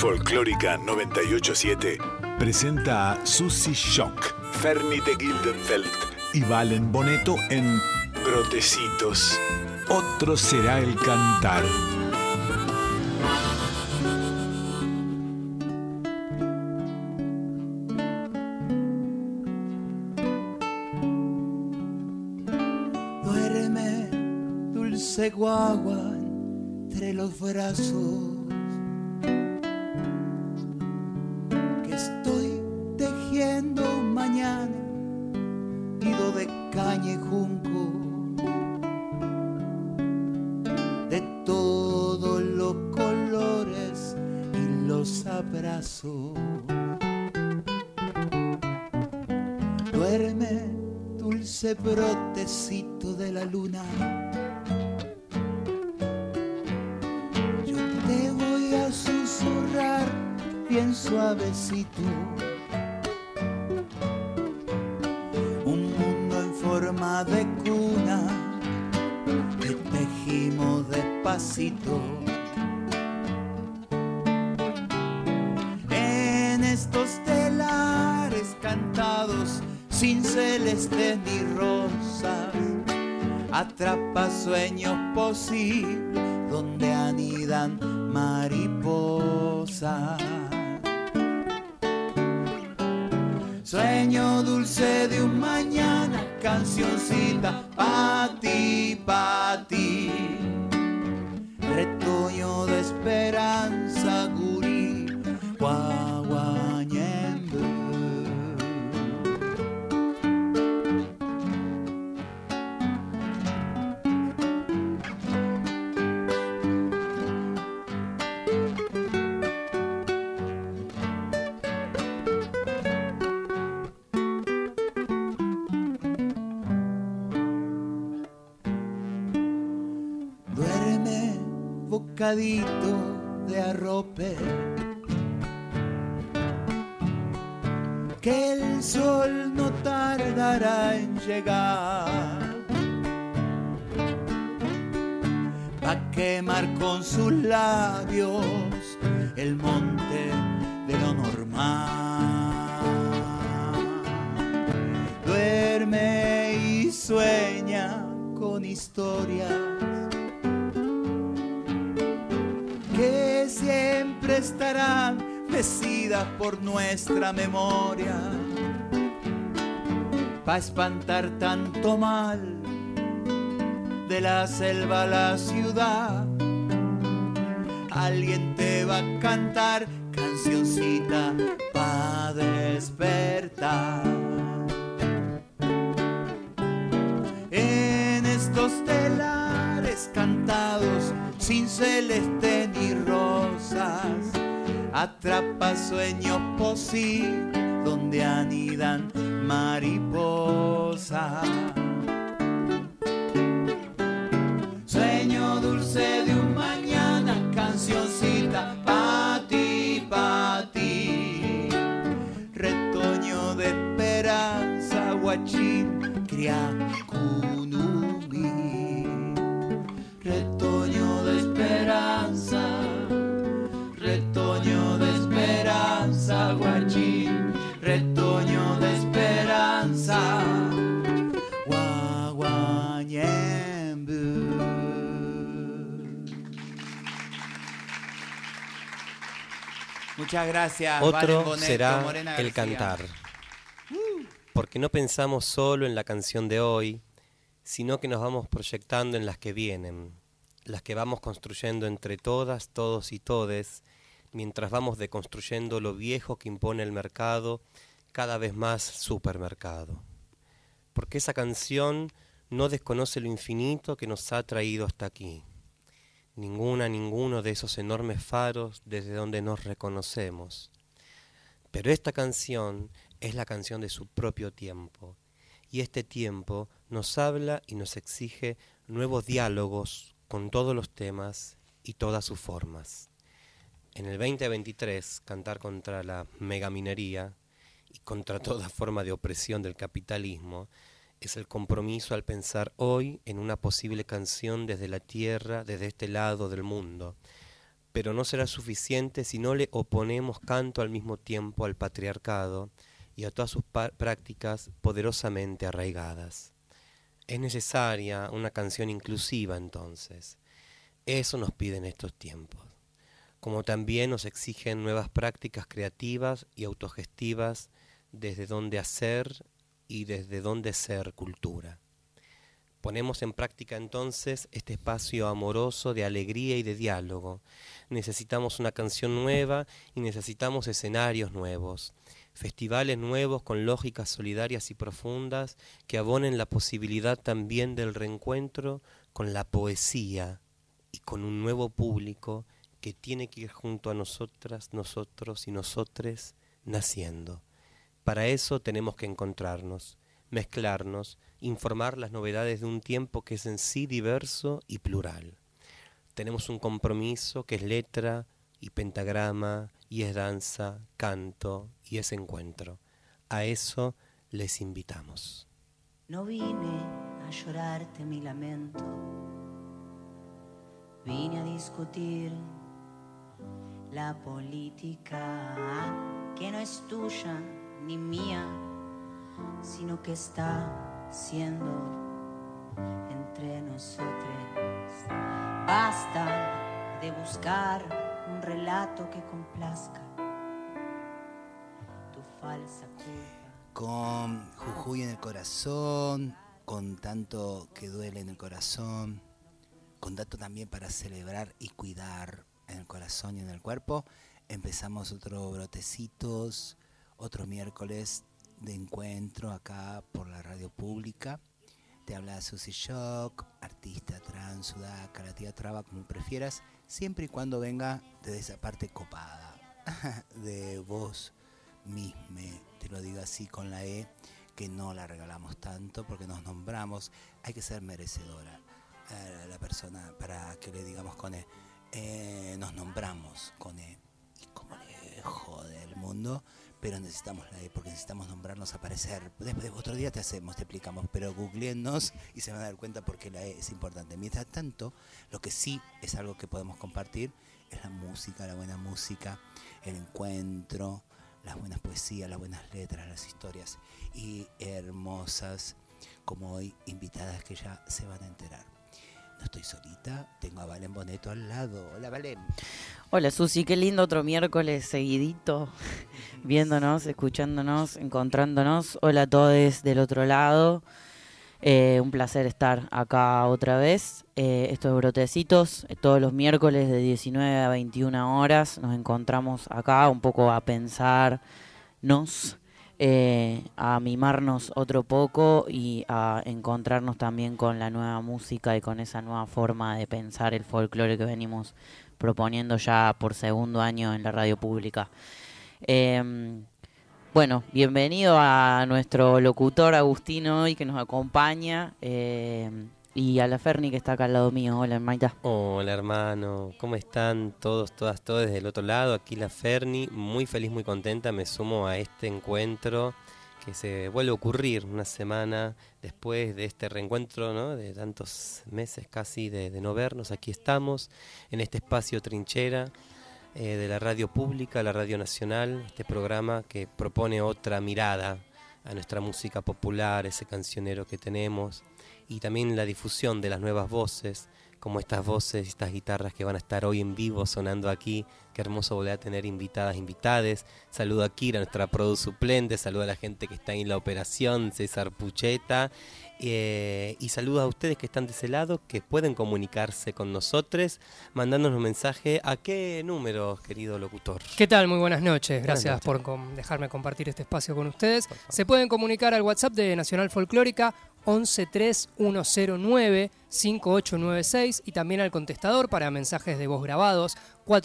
Folclórica 987 presenta a Susi Shock, Fernie de Gildenfeld y Valen Boneto en Brotecitos. Otro será el cantar. Duerme, dulce guagua, entre los brazos que estoy tejiendo mañana, nido de caña y junco, de todos los colores y los abrazos. Duerme, dulce brotecito de la luna, yo te voy a susurrar bien suavecito un mundo en forma de cuna que tejimos despacito. En estos telares cantados sin celeste ni rosas, atrapa sueños posibles donde anidan mariposas. Sueño dulce de un mañana, cancioncita pa' ti, retoño de esperanza, gurí, guaguañembe. Bocadito de arrope, que el sol no tardará en llegar, pa' quemar con sus labios el monte de lo normal. Duerme y sueña con historias que siempre estarán mecidas por nuestra memoria, pa' espantar tanto mal de la selva a la ciudad. Alguien te va a cantar cancioncita pa' despertar. En estos telares cantados sin celeste ni rosas, atrapa sueños posibles donde anidan mariposas. Sueño dulce de un mañana, cancioncita pa' ti, retoño de esperanza, guachín, criacunumi. Retoño de esperanza, retoño de esperanza, guachín, retoño de esperanza, guaguañembu. Muchas gracias. Otro Valen Boneto, será Morena el García. cantar. Porque no pensamos solo en la canción de hoy, sino que nos vamos proyectando en las que vienen, las que vamos construyendo entre todas, todos y todes, mientras vamos deconstruyendo lo viejo que impone el mercado, cada vez más supermercado. Porque esa canción no desconoce lo infinito que nos ha traído hasta aquí. Ninguno de esos enormes faros desde donde nos reconocemos. Pero esta canción es la canción de su propio tiempo, y este tiempo nos habla y nos exige nuevos diálogos con todos los temas y todas sus formas. En el 2023, cantar contra la megaminería y contra toda forma de opresión del capitalismo es el compromiso al pensar hoy en una posible canción desde la tierra, desde este lado del mundo, pero no será suficiente si no le oponemos canto al mismo tiempo al patriarcado y a todas sus prácticas poderosamente arraigadas. Es necesaria una canción inclusiva entonces. Eso nos piden estos tiempos, como también nos exigen nuevas prácticas creativas y autogestivas desde donde hacer y desde donde ser cultura. Ponemos en práctica entonces este espacio amoroso de alegría y de diálogo. Necesitamos una canción nueva y necesitamos escenarios nuevos, festivales nuevos con lógicas solidarias y profundas que abonen la posibilidad también del reencuentro con la poesía y con un nuevo público que tiene que ir junto a nosotras, nosotros y nosotres naciendo. Para eso tenemos que encontrarnos, mezclarnos, informar las novedades de un tiempo que es en sí diverso y plural. Tenemos un compromiso que es letra y pentagrama, y es danza, canto y es encuentro. A eso les invitamos. No vine a llorarte mi lamento, vine a discutir la política que no es tuya ni mía, sino que está siendo entre nosotros. Basta de buscar un relato que complazca tu falsa culpa. Con Jujuy en el corazón, con tanto que duele en el corazón, con tanto también para celebrar y cuidar en el corazón y en el cuerpo, empezamos otro Brotecitos, otro miércoles de encuentro acá por la radio pública. Te habla Susy Shock, artista trans, sudaca, la tía traba, como prefieras, siempre y cuando venga de esa parte copada de vos misme, te lo digo así con la E, que no la regalamos tanto porque nos nombramos, hay que ser merecedora a la persona para que le digamos con E. Nos nombramos con E, y como le jode el mundo, pero necesitamos la E porque necesitamos nombrarnos, aparecer. Después, otro día te explicamos, pero googleennos y se van a dar cuenta por qué la E es importante. Mientras tanto, lo que sí es algo que podemos compartir es la música, la buena música, el encuentro, las buenas poesías, las buenas letras, las historias y hermosas, como hoy, invitadas que ya se van a enterar. No estoy solita, tengo a Valen Boneto al lado. Hola, Valen. Hola, Susi, qué lindo otro miércoles seguidito, viéndonos, escuchándonos, encontrándonos. Hola a todos del otro lado. Un placer estar acá otra vez. Esto es Brotecitos, todos los miércoles de 19 a 21 horas nos encontramos acá un poco a pensarnos, a mimarnos otro poco y a encontrarnos también con la nueva música y con esa nueva forma de pensar el folclore que venimos proponiendo ya por segundo año en la radio pública. Bueno, bienvenido a nuestro locutor Agustín hoy que nos acompaña y a la Ferni que está acá al lado mío. Hola, Maita. Hola, hermano. ¿Cómo están todos, todas, todos desde el otro lado? Aquí la Ferni, muy feliz, muy contenta. Me sumo a este encuentro que se vuelve a ocurrir una semana después de este reencuentro, ¿no? De tantos meses casi de no vernos. Aquí estamos en este espacio Trinchera de la radio pública, la radio nacional, este programa que propone otra mirada a nuestra música popular, ese cancionero que tenemos, y también la difusión de las nuevas voces, como estas voces, estas guitarras que van a estar hoy en vivo sonando aquí. Qué hermoso volver a tener invitadas, invitades. Saludo a Kira, nuestra produ suplente, saludo a la gente que está en la operación, César Pucheta, y saludo a ustedes que están de ese lado, que pueden comunicarse con nosotros, mandándonos un mensaje. ¿A qué número, querido locutor? ¿Qué tal? Muy buenas noches. Gracias por dejarme compartir este espacio con ustedes. Se pueden comunicar al WhatsApp de Nacional Folclórica 1131095896 y también al contestador para mensajes de voz grabados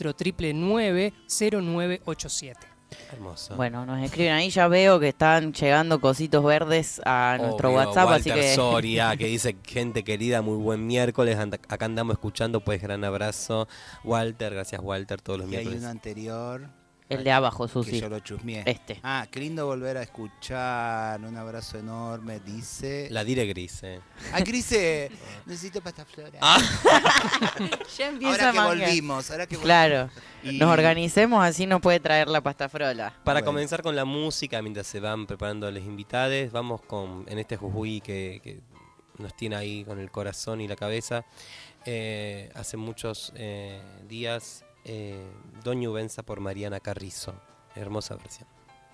4999-0987. Hermoso. Bueno, nos escriben ahí, ya veo que están llegando cositos verdes a nuestro WhatsApp, Walter así que... Soria, que dice: gente querida, muy buen miércoles, acá andamos escuchando, pues gran abrazo. Walter, gracias Walter, todos los Y hay miércoles. uno anterior... El de abajo, Susi. Que yo lo chusmeé. Ah, qué lindo volver a escuchar. Un abrazo enorme, dice. La dire Gris, Ah, Grise, necesito pasta flora. Ya empieza ahora que manga. volvimos. Claro, Y- nos organicemos, así nos puede traer la pasta frola. Para Bueno. comenzar con la música, mientras se van preparando los invitados, vamos en este Jujuy que nos tiene ahí con el corazón y la cabeza. Hace muchos días, Doña Ubenza por Mariana Carrizo. Hermosa versión.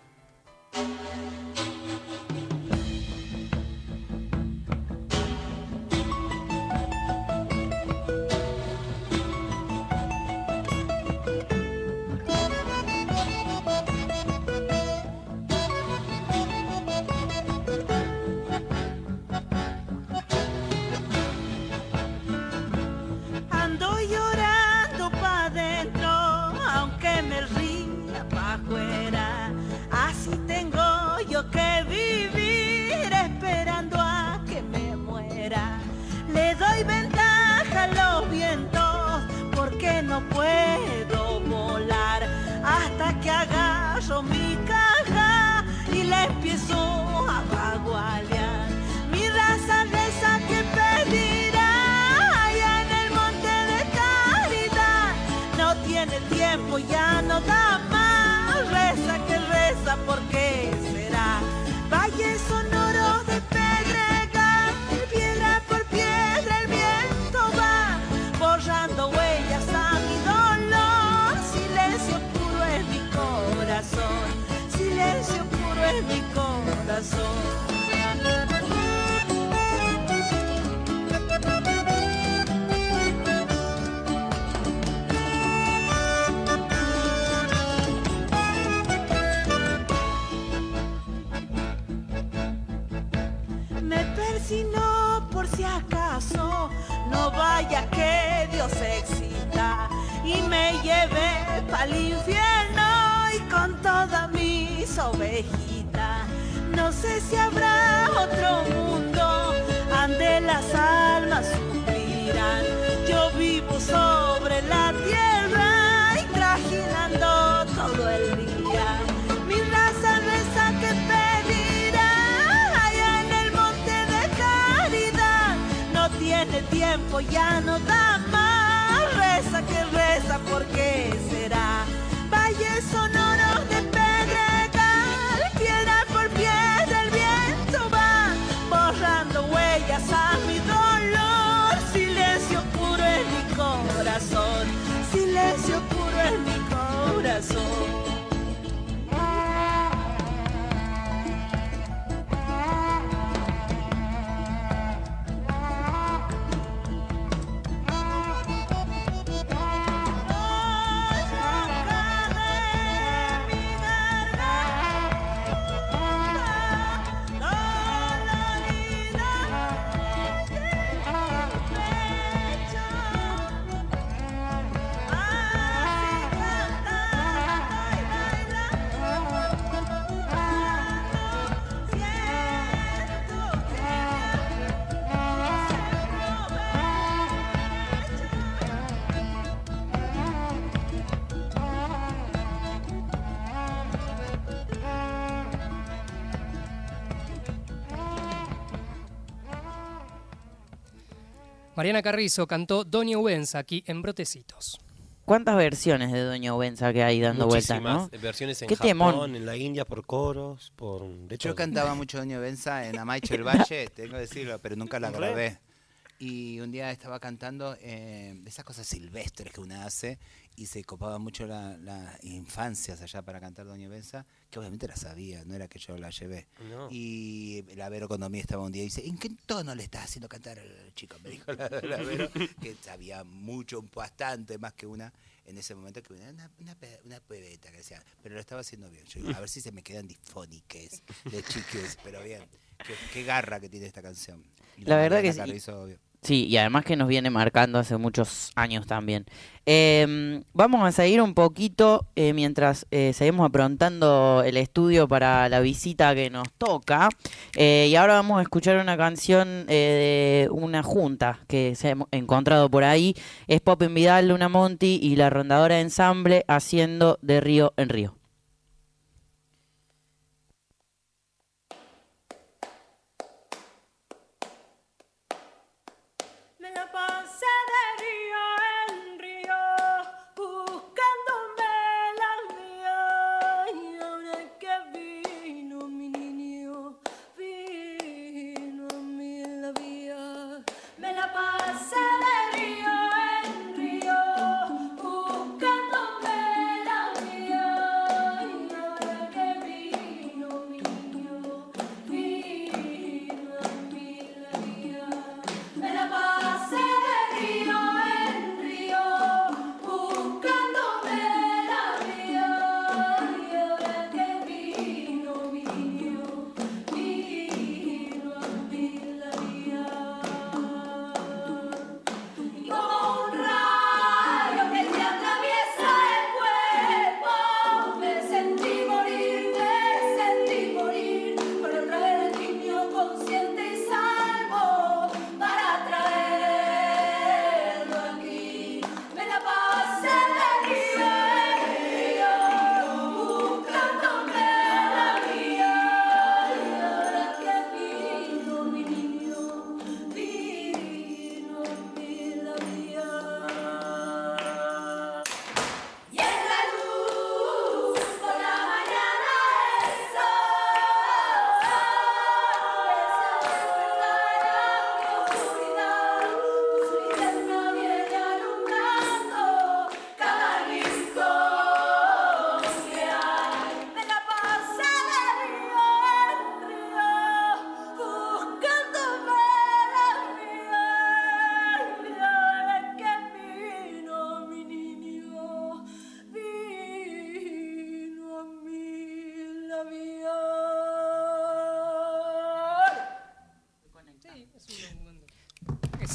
Ando llorando pa' dentro, aunque me ría pa' afuera. Así tengo yo que vivir esperando a que me muera. Le doy ventaja a los vientos porque no puedo volar hasta que agarro mi caja y le empiezo a vagualear. Mi raza reza que pedirá allá en el monte de caridad. No tiene tiempo, ya no da más. Reza que reza, ¿por qué será? Valles sonoros de pedregal, piedra por piedra el viento va borrando huellas a mi dolor. Silencio puro es mi corazón, silencio puro es mi corazón. Me persino por si acaso, no vaya que Dios excita y me lleve pa'l infierno y con todas mis ovejitas. No sé si habrá otro mundo ande las almas suspiran. Yo vivo sobre la tierra y trajinando todo el día. Mi raza reza que pedirá allá en el monte de caridad. No tiene tiempo, ya no da más. Reza que reza, ¿por qué será? Valles sonoros de pedregal, piedra por piedra el viento va borrando huellas a mi dolor. Silencio puro es mi corazón, silencio puro es mi corazón. Mariana Carrizo cantó Doña Ubenza aquí en Brotecitos. ¿Cuántas versiones de Doña Ubenza que hay dando vueltas, no? Muchísimas versiones en Qué Japón, temón. en la India por coros, de Yo todo. cantaba mucho Doña Benza en Amaiche el Valle, tengo que decirlo, pero nunca la grabé. Y un día estaba cantando de esas cosas silvestres que uno hace y se copaba mucho las infancias allá para cantar Doña Benza, que obviamente la sabía, no era que yo la llevé. No. Y la Vero Condomí estaba un día y dice, ¿en qué tono le estás haciendo cantar al chico? Me dijo la Vero, que sabía mucho, bastante más que una en ese momento, que una pebeta que decía, pero lo estaba haciendo bien. Yo digo, a ver si se me quedan difóniques de chiques, pero bien. Qué garra que tiene esta canción. Y La verdad Mariana que sí. Carrizo, obvio. Sí, y además que nos viene marcando hace muchos años también. Vamos a seguir un poquito mientras seguimos aprontando el estudio para la visita que nos toca. Y ahora vamos a escuchar una canción de una junta que se ha encontrado por ahí. Es Pop en Vidal, Luna Monti y la Rondadora de Ensamble haciendo De Río en Río. Me la pasé de río en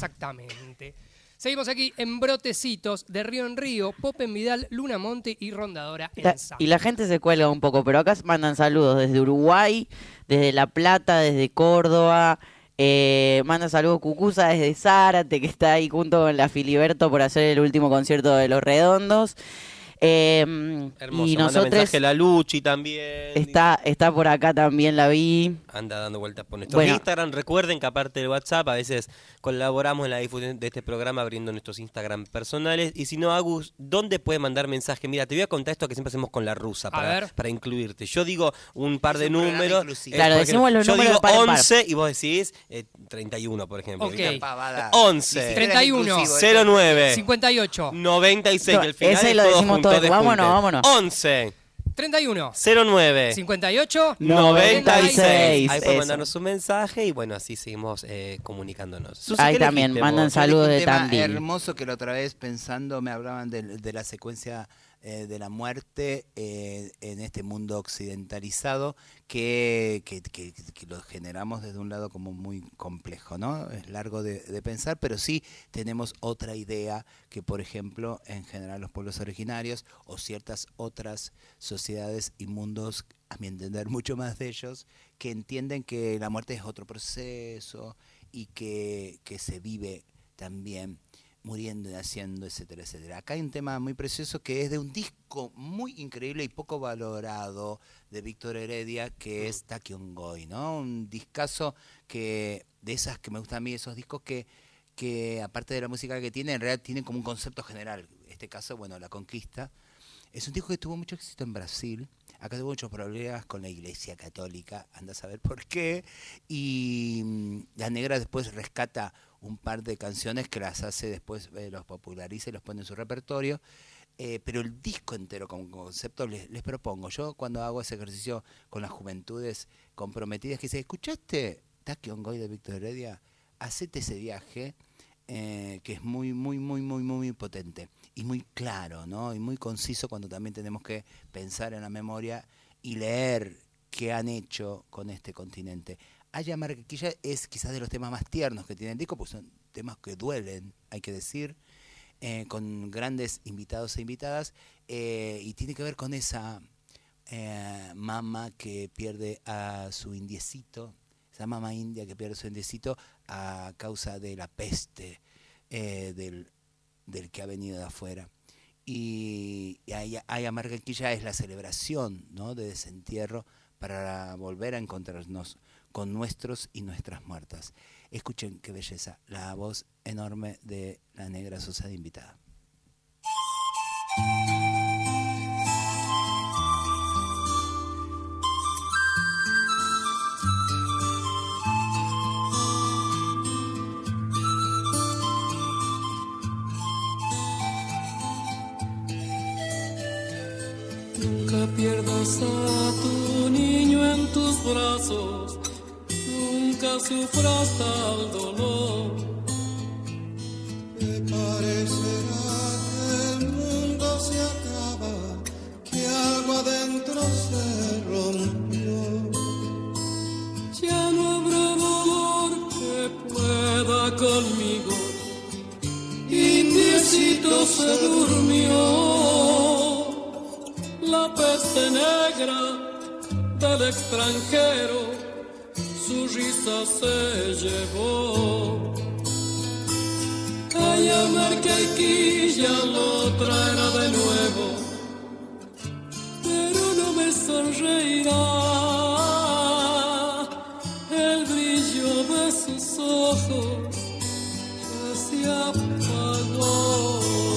Exactamente. Seguimos aquí en Brotecitos, de Río en Río, Pop en Vidal, Luna Monte y Rondadora en San. Y la gente se cuelga un poco, pero acá mandan saludos desde Uruguay, desde La Plata, desde Córdoba. Manda saludos Cucuza desde Zárate, que está ahí junto con la Filiberto por hacer el último concierto de Los Redondos. Hermoso, y manda mensaje la Luchi también. Está por acá también, la vi. Anda dando vueltas por nuestro Instagram. Recuerden que aparte del WhatsApp, a veces colaboramos en la difusión de este programa abriendo nuestros Instagram personales. Y si no, Agus, ¿dónde puede mandar mensaje? Mira, te voy a contar esto que siempre hacemos con la rusa para incluirte. Yo digo un par de números. Claro, decimos los yo números digo par 11 y vos decís 31, por ejemplo. Okay. 11, 31, 09, 58, 96 y el final ese es lo todo decimos junto. todo. Vámonos. 11, 31, 09, 58, 96. Ahí Eso. pueden mandarnos un mensaje y bueno, así seguimos comunicándonos. Susi, Ahí ¿qué también elegiste mandan vos? saludos de Un tema Tandil. hermoso que la otra vez pensando me hablaban de la secuencia de la muerte en este mundo occidentalizado que lo generamos desde un lado como muy complejo, ¿no? Es largo de pensar, pero sí tenemos otra idea que, por ejemplo, en general los pueblos originarios o ciertas otras sociedades y mundos, a mi entender mucho más de ellos, que entienden que la muerte es otro proceso y que se vive también muriendo y naciendo, etcétera, etcétera. Acá hay un tema muy precioso que es de un disco muy increíble y poco valorado de Víctor Heredia, que es Taquiongoy, ¿no? Un discazo que de esas que me gustan a mí, esos discos que aparte de la música que tiene, en realidad tienen como un concepto general. En este caso, bueno, La Conquista. Es un disco que tuvo mucho éxito en Brasil. Acá tuvo muchos problemas con la Iglesia Católica, anda a saber por qué. Y La Negra después rescata un par de canciones que las hace después, los populariza y los pone en su repertorio. Pero el disco entero como concepto les propongo. Yo cuando hago ese ejercicio con las juventudes comprometidas, que dicen, ¿escuchaste Taquiongoy de Víctor Heredia? Hacete ese viaje, que es muy potente y muy claro, ¿no? Y muy conciso cuando también tenemos que pensar en la memoria y leer qué han hecho con este continente. Haya Marquilla es quizás de los temas más tiernos que tiene el disco, pues son temas que duelen, hay que decir, con grandes invitados e invitadas, y tiene que ver con esa mamá que pierde a su indiecito, esa mamá india que pierde a su indiecito a causa de la peste del que ha venido de afuera. Y Haya Marquilla es la celebración, ¿no?, de desentierro para volver a encontrarnos con nuestros y nuestras muertas. Escuchen qué belleza, la voz enorme de la Negra Sosa de invitada. Nunca pierdas a tu niño en tus brazos, nunca sufras tal dolor. Me parecerá que el mundo se acaba, que algo adentro se rompió. Ya no habrá dolor que pueda conmigo, indiecito se durmió. La peste negra del extranjero su risa se llevó. Haya Marquilla lo traerá de nuevo, pero no me sonreirá. El brillo de sus ojos ya se apagó.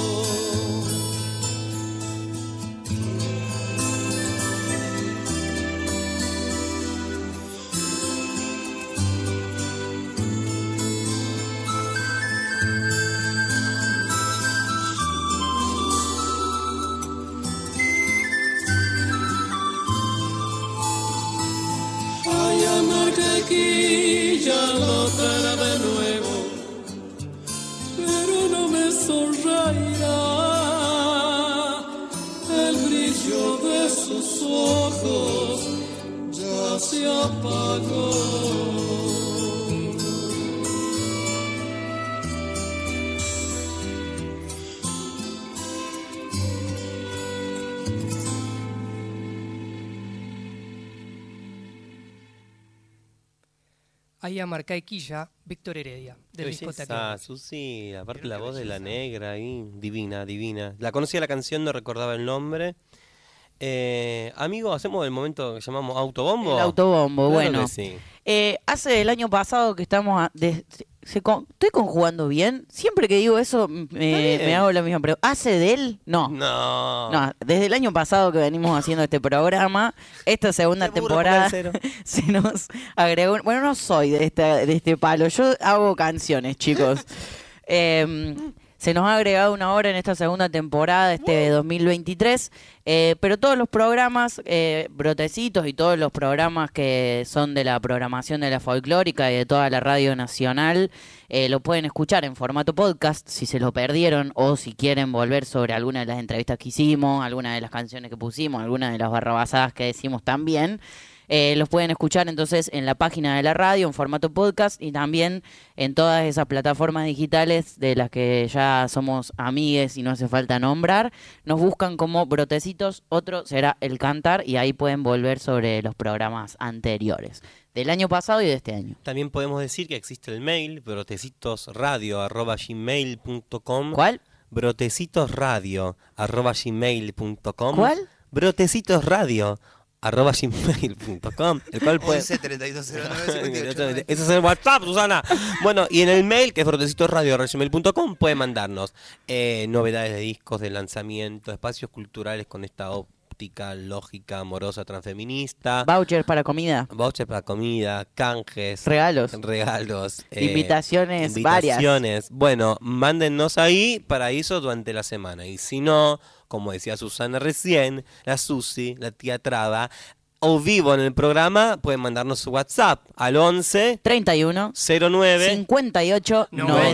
Marquilla lo traerá de nuevo, pero no me sonreirá. El brillo de sus ojos ya se apagó. ahí a Marcaiquilla, Víctor Heredia, del disco Te Aclaro. Susi, aparte la voz de la negra ahí, divina, divina. La conocía la canción, no recordaba el nombre. Amigo, ¿hacemos el momento que llamamos autobombo? El autobombo, Claro bueno. que sí. Hace el año pasado que estamos... ¿Estoy conjugando bien? Siempre que digo eso me hago la misma pregunta. ¿Hace de él? No. No, desde el año pasado que venimos haciendo este programa, esta segunda temporada se nos agregó... Bueno, no soy de este palo, yo hago canciones, chicos. Se nos ha agregado una hora en esta segunda temporada, 2023, pero todos los programas, Brotecitos y todos los programas que son de la programación de la folclórica y de toda la radio nacional, lo pueden escuchar en formato podcast si se lo perdieron o si quieren volver sobre alguna de las entrevistas que hicimos, alguna de las canciones que pusimos, alguna de las barrabasadas que decimos también. Los pueden escuchar entonces en la página de la radio en formato podcast y también en todas esas plataformas digitales de las que ya somos amigues y no hace falta nombrar. Nos buscan como Brotecitos, otro será El Cantar y ahí pueden volver sobre los programas anteriores del año pasado y de este año. También podemos decir que existe el mail brotecitosradio@gmail.com. ¿Cuál? brotecitosradio@gmail.com. ¿Cuál? brotecitosradio@gmail.com, el cual puede... 11-3209-58. Ese es el WhatsApp, Susana. Bueno, y en el mail, que es brotecitosradio@gmail.com, pueden mandarnos novedades de discos, de lanzamiento, espacios culturales con esta óptica lógica, amorosa, transfeminista. Vouchers para comida. Vouchers para comida, canjes. Regalos. Invitaciones varias. Bueno, mándennos ahí para eso durante la semana. Y si no, como decía Susana recién, la Susi, la tía Traba, o vivo en el programa, pueden mandarnos su WhatsApp al 11 31 09 58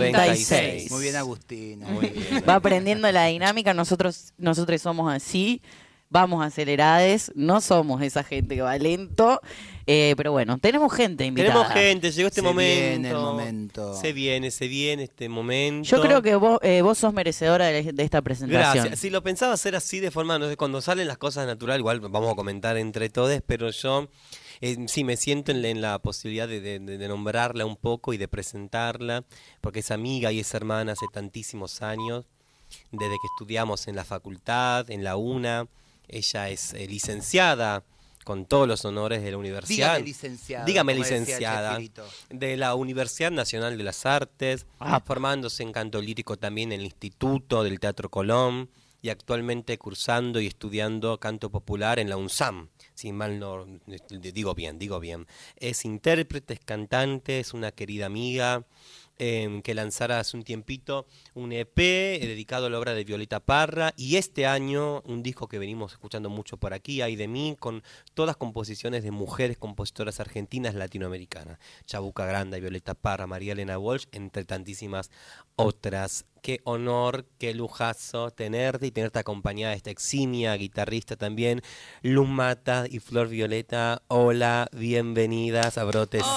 96. Muy bien, Agustina. Muy bien. Va aprendiendo la dinámica. Nosotros somos así. Vamos aceleradas, no somos esa gente que va lento, pero bueno, tenemos gente invitada. Tenemos gente, llegó este momento. Viene el momento. Se viene este momento. Yo creo que vos sos merecedora de esta presentación. Gracias. Si lo pensaba hacer así de forma, no sé, cuando salen las cosas natural, igual vamos a comentar entre todos, pero yo sí me siento en la posibilidad de nombrarla un poco y de presentarla, porque es amiga y es hermana hace tantísimos años, desde que estudiamos en la facultad, en la UNA. Ella es licenciada con todos los honores de la universidad. Dígame licenciada. De la Universidad Nacional de las Artes, formándose en canto lírico también en el Instituto del Teatro Colón y actualmente cursando y estudiando canto popular en la UNSAM. Si mal no digo bien. Es intérprete, es cantante, es una querida amiga. Que lanzara hace un tiempito un EP dedicado a la obra de Violeta Parra y este año un disco que venimos escuchando mucho por aquí, Ay de mí, con todas composiciones de mujeres compositoras argentinas latinoamericanas, Chabuca Granda, Violeta Parra, María Elena Walsh, entre tantísimas otras. Qué honor, qué lujazo tenerte y tenerte acompañada de esta eximia guitarrista también, Luz Mata y Flor Violeta. Hola, bienvenidas a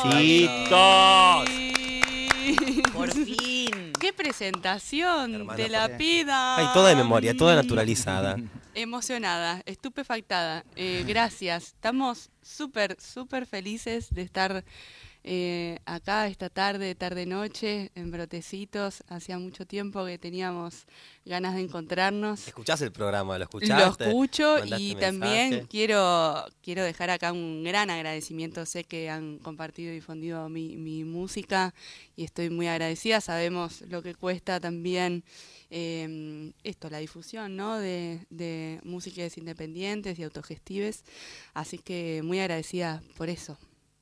Brotecitos. Por fin. ¡Qué presentación! Hermana, te la pida. Ay, toda de memoria, toda naturalizada. Emocionada, estupefactada. Gracias. Estamos súper felices de estar acá esta tarde-noche en Brotecitos. Hacía mucho tiempo que teníamos ganas de encontrarnos. ¿Escuchás el programa? ¿Lo escuchaste? Lo escucho y mensaje? también quiero dejar acá un gran agradecimiento. Sé que han compartido y difundido mi música y estoy muy agradecida. Sabemos lo que cuesta también la difusión, ¿no? de músicas independientes y autogestives. Así que muy agradecida por eso.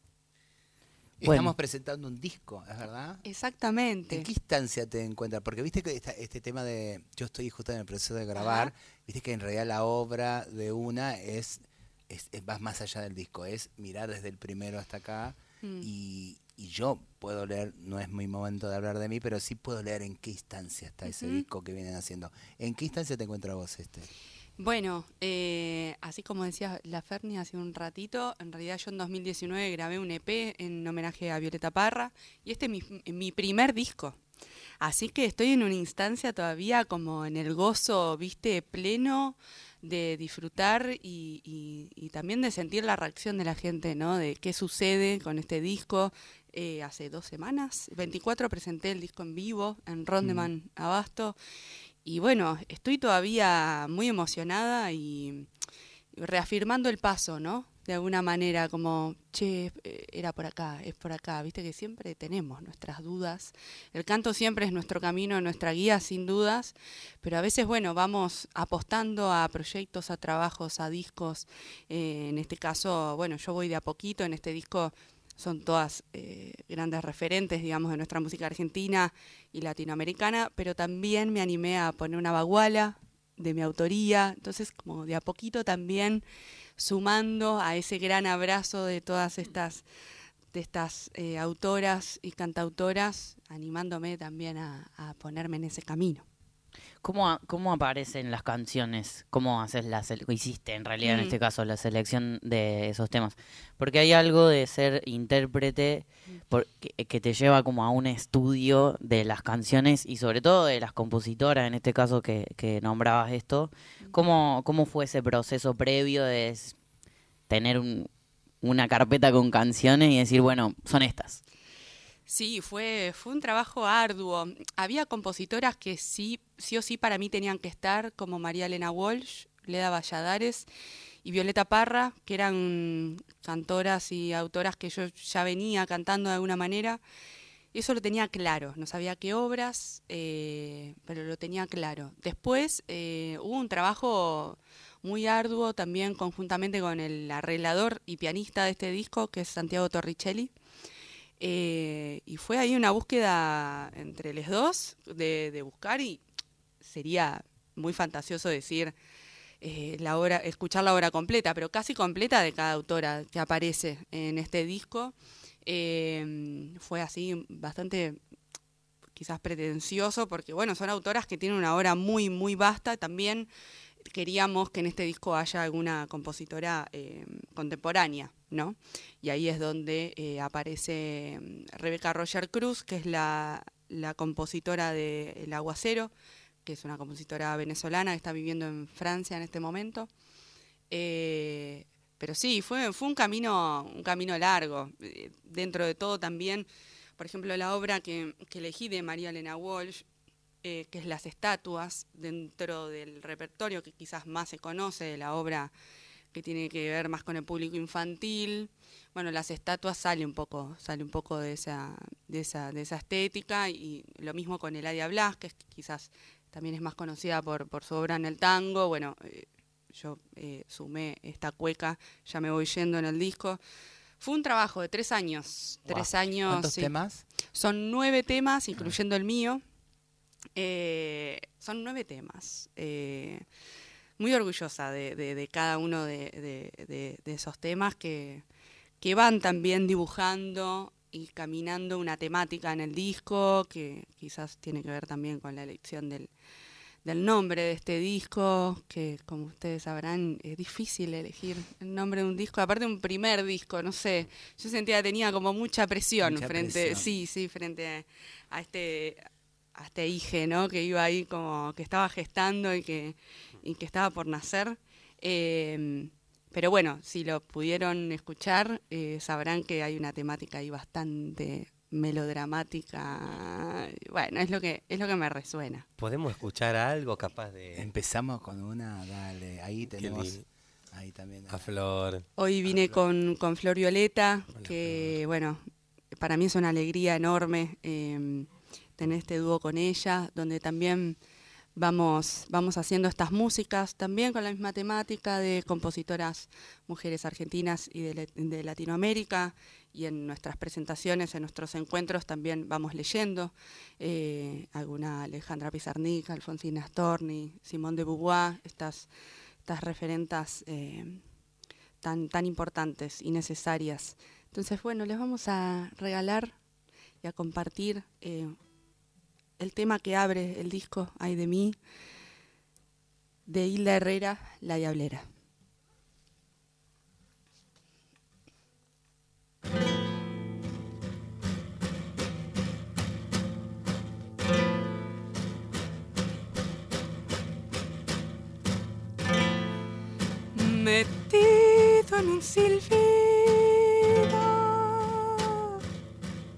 Estamos presentando un disco, ¿es verdad? Exactamente. ¿En qué instancia te encuentras? Porque viste que este tema de... Yo estoy justo en el proceso de grabar. Viste que en realidad la obra de una va más allá del disco. Es mirar desde el primero hasta acá. Y yo puedo leer, no es mi momento de hablar de mí, pero sí puedo leer en qué instancia está ese disco que vienen haciendo. ¿En qué instancia te encuentras vos, Bueno, así como decía la Ferni hace un ratito, en realidad yo en 2019 grabé un EP en homenaje a Violeta Parra y este es mi primer disco. Así que estoy en una instancia todavía como en el gozo, pleno de disfrutar y también de sentir la reacción de la gente, ¿no? De qué sucede con este disco. hace 2 semanas. 24 presenté el disco en vivo en Rondeman Abasto. Y bueno, estoy todavía muy emocionada y reafirmando el paso, ¿no? De alguna manera, como, che, era por acá, es por acá. Viste que siempre tenemos nuestras dudas. El canto siempre es nuestro camino, nuestra guía, sin dudas. Pero a veces, bueno, vamos apostando a proyectos, a trabajos, a discos. En este caso, bueno, yo voy de a poquito. En este disco son todas grandes referentes, digamos, de nuestra música argentina y latinoamericana. Pero también me animé a poner una baguala de mi autoría. Entonces, como de a poquito también sumando a ese gran abrazo de todas estas autoras y cantautoras, animándome también a ponerme en ese camino. ¿Cómo aparecen las canciones? ¿Cómo haces hiciste en realidad en este caso la selección de esos temas? Porque hay algo de ser intérprete que te lleva como a un estudio de las canciones y sobre todo de las compositoras, en este caso que nombrabas esto. ¿Cómo fue ese proceso previo de tener una carpeta con canciones y decir, bueno, son estas? Sí, fue un trabajo arduo. Había compositoras que sí o sí para mí tenían que estar, como María Elena Walsh, Leda Valladares y Violeta Parra, que eran cantoras y autoras que yo ya venía cantando de alguna manera. Eso lo tenía claro, no sabía qué obras, pero lo tenía claro. Después hubo un trabajo muy arduo también conjuntamente con el arreglador y pianista de este disco, que es Santiago Torricelli. Y fue ahí una búsqueda entre los dos de buscar, y sería muy fantasioso decir escuchar la obra completa, pero casi completa de cada autora que aparece en este disco. Fue así bastante quizás pretencioso, porque bueno, son autoras que tienen una obra muy, muy vasta. También queríamos que en este disco haya alguna compositora contemporánea, ¿no? Y ahí es donde aparece Rebeca Roger Cruz, que es la compositora de El Aguacero, que es una compositora venezolana que está viviendo en Francia en este momento. Pero sí, fue un camino largo. Dentro de todo también, por ejemplo, la obra que elegí de María Elena Walsh, que es Las Estatuas, dentro del repertorio que quizás más se conoce de la obra que tiene que ver más con el público infantil. Bueno, Las Estatuas sale un poco de esa estética, y lo mismo con Eladia Blas, que quizás también es más conocida por su obra en el tango. Bueno, yo sumé esta cueca, Ya me voy yendo, en el disco. Fue un trabajo de 3 años. Wow. 3 años. ¿Cuántos temas? Son 9 temas, incluyendo el mío. Son 9 temas. Muy orgullosa de cada uno de esos temas que van también dibujando y caminando una temática en el disco, que quizás tiene que ver también con la elección del nombre de este disco, que como ustedes sabrán es difícil elegir el nombre de un disco, aparte un primer disco, no sé, yo sentía que tenía como mucha presión frente a este hijo, ¿no? Que iba ahí como que estaba gestando y que estaba por nacer. Pero bueno, si lo pudieron escuchar, sabrán que hay una temática ahí bastante melodramática. Bueno, es lo que me resuena. ¿Podemos escuchar algo capaz de...? Empezamos con una, dale, ahí tenemos... Ahí también. A Flor. Hoy vine con Flor Violeta, Hola, que Flor. bueno, para mí es una alegría enorme tener este dúo con ella, donde también vamos haciendo estas músicas, también con la misma temática de compositoras mujeres argentinas y de Latinoamérica, y en nuestras presentaciones, en nuestros encuentros también vamos leyendo alguna Alejandra Pizarnik, Alfonsina Storni, Simone de Beauvoir, estas referentas tan importantes y necesarias. Entonces, bueno, les vamos a regalar y a compartir el tema que abre el disco Ay de mí, de Hilda Herrera, La Diablera. Metido en un silbido,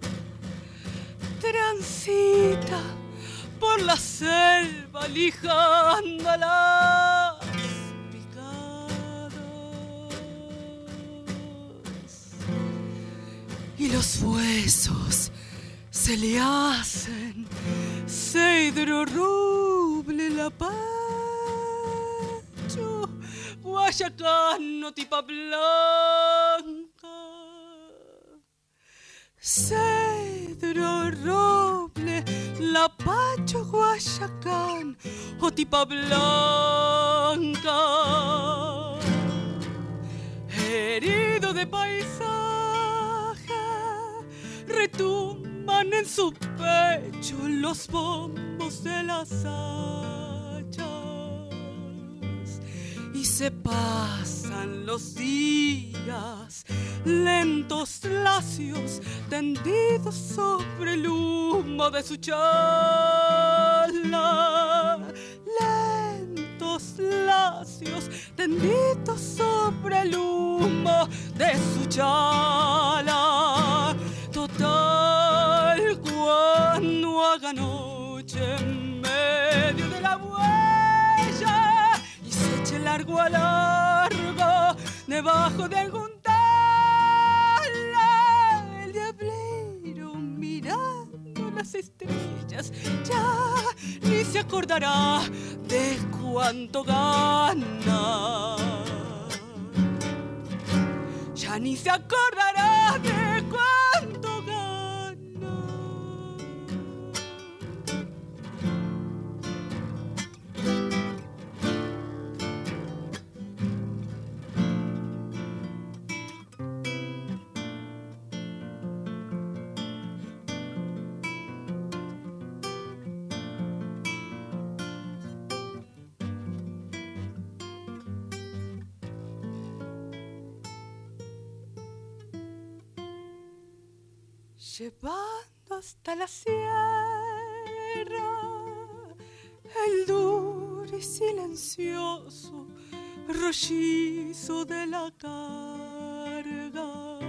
la selva lijando las picadas y los huesos se le hacen cedro, roble, lapacho, guayacano, tipa blanca. Cedro, roble, lapacho, guayacán o tipa blanca. Herido de paisaje, retumban en su pecho los bombos de las hachas y se pasan los días lentos, lacios, tendidos sobre el humo de su chala. Lentos, lacios, tendidos sobre el humo de su chala. Total, cuando haga noche en medio de la huella y se eche largo a largo debajo de algún tala, el diablero mirando las estrellas ya ni se acordará de cuánto gana. Ya ni se acordará de cuánto gana. Llevando hasta la sierra el duro y silencioso rollizo de la carga.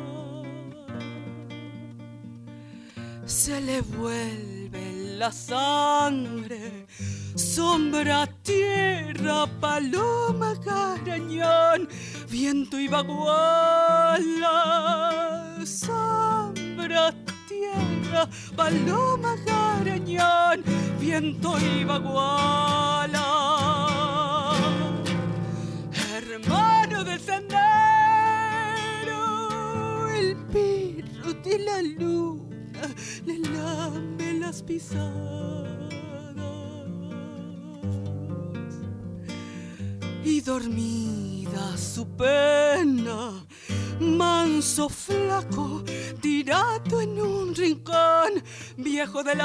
Se le vuelve la sangre, sombra, tierra, paloma, garañón, viento y baguala. Sombra, tierra, paloma, garañón, viento y baguala. Hermano del sendero, el perro de la luna le lame las pisadas. Y dormida su pena, manso flaco, tirado en un rincón viejo del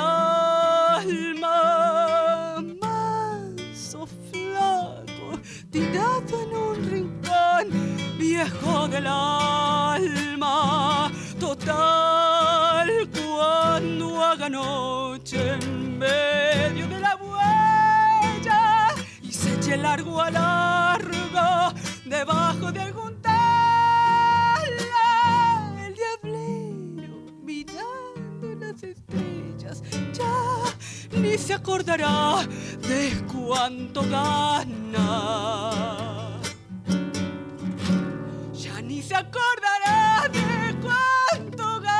alma. Manso flaco, tirado en un rincón viejo del alma. Total, cuando haga noche en medio de la huella y se eche largo a largo debajo de algún el diablero mirando las estrellas ya ni se acordará de cuánto gana. Ya ni se acordará de cuánto gana.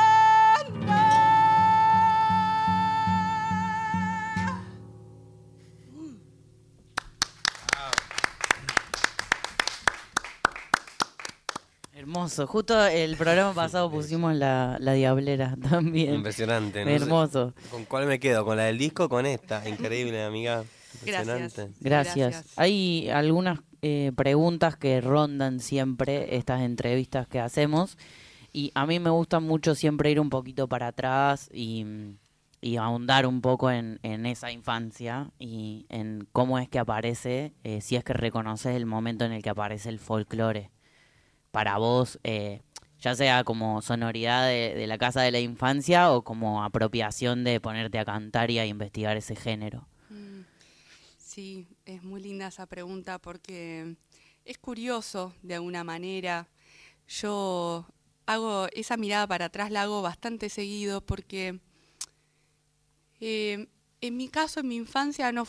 Hermoso. Justo el programa pasado pusimos la Diablera también. Impresionante. ¿No? Hermoso. ¿Con cuál me quedo? ¿Con la del disco o con esta? Increíble, amiga. Gracias. Gracias. Hay algunas preguntas que rondan siempre estas entrevistas que hacemos y a mí me gusta mucho siempre ir un poquito para atrás y ahondar un poco en esa infancia y en cómo es que aparece, si es que reconoces el momento en el que aparece el folclore para vos, ya sea como sonoridad de la casa de la infancia o como apropiación de ponerte a cantar y a investigar ese género. Sí, es muy linda esa pregunta porque es curioso de alguna manera. Yo hago esa mirada para atrás, la hago bastante seguido porque En mi caso, en mi infancia, no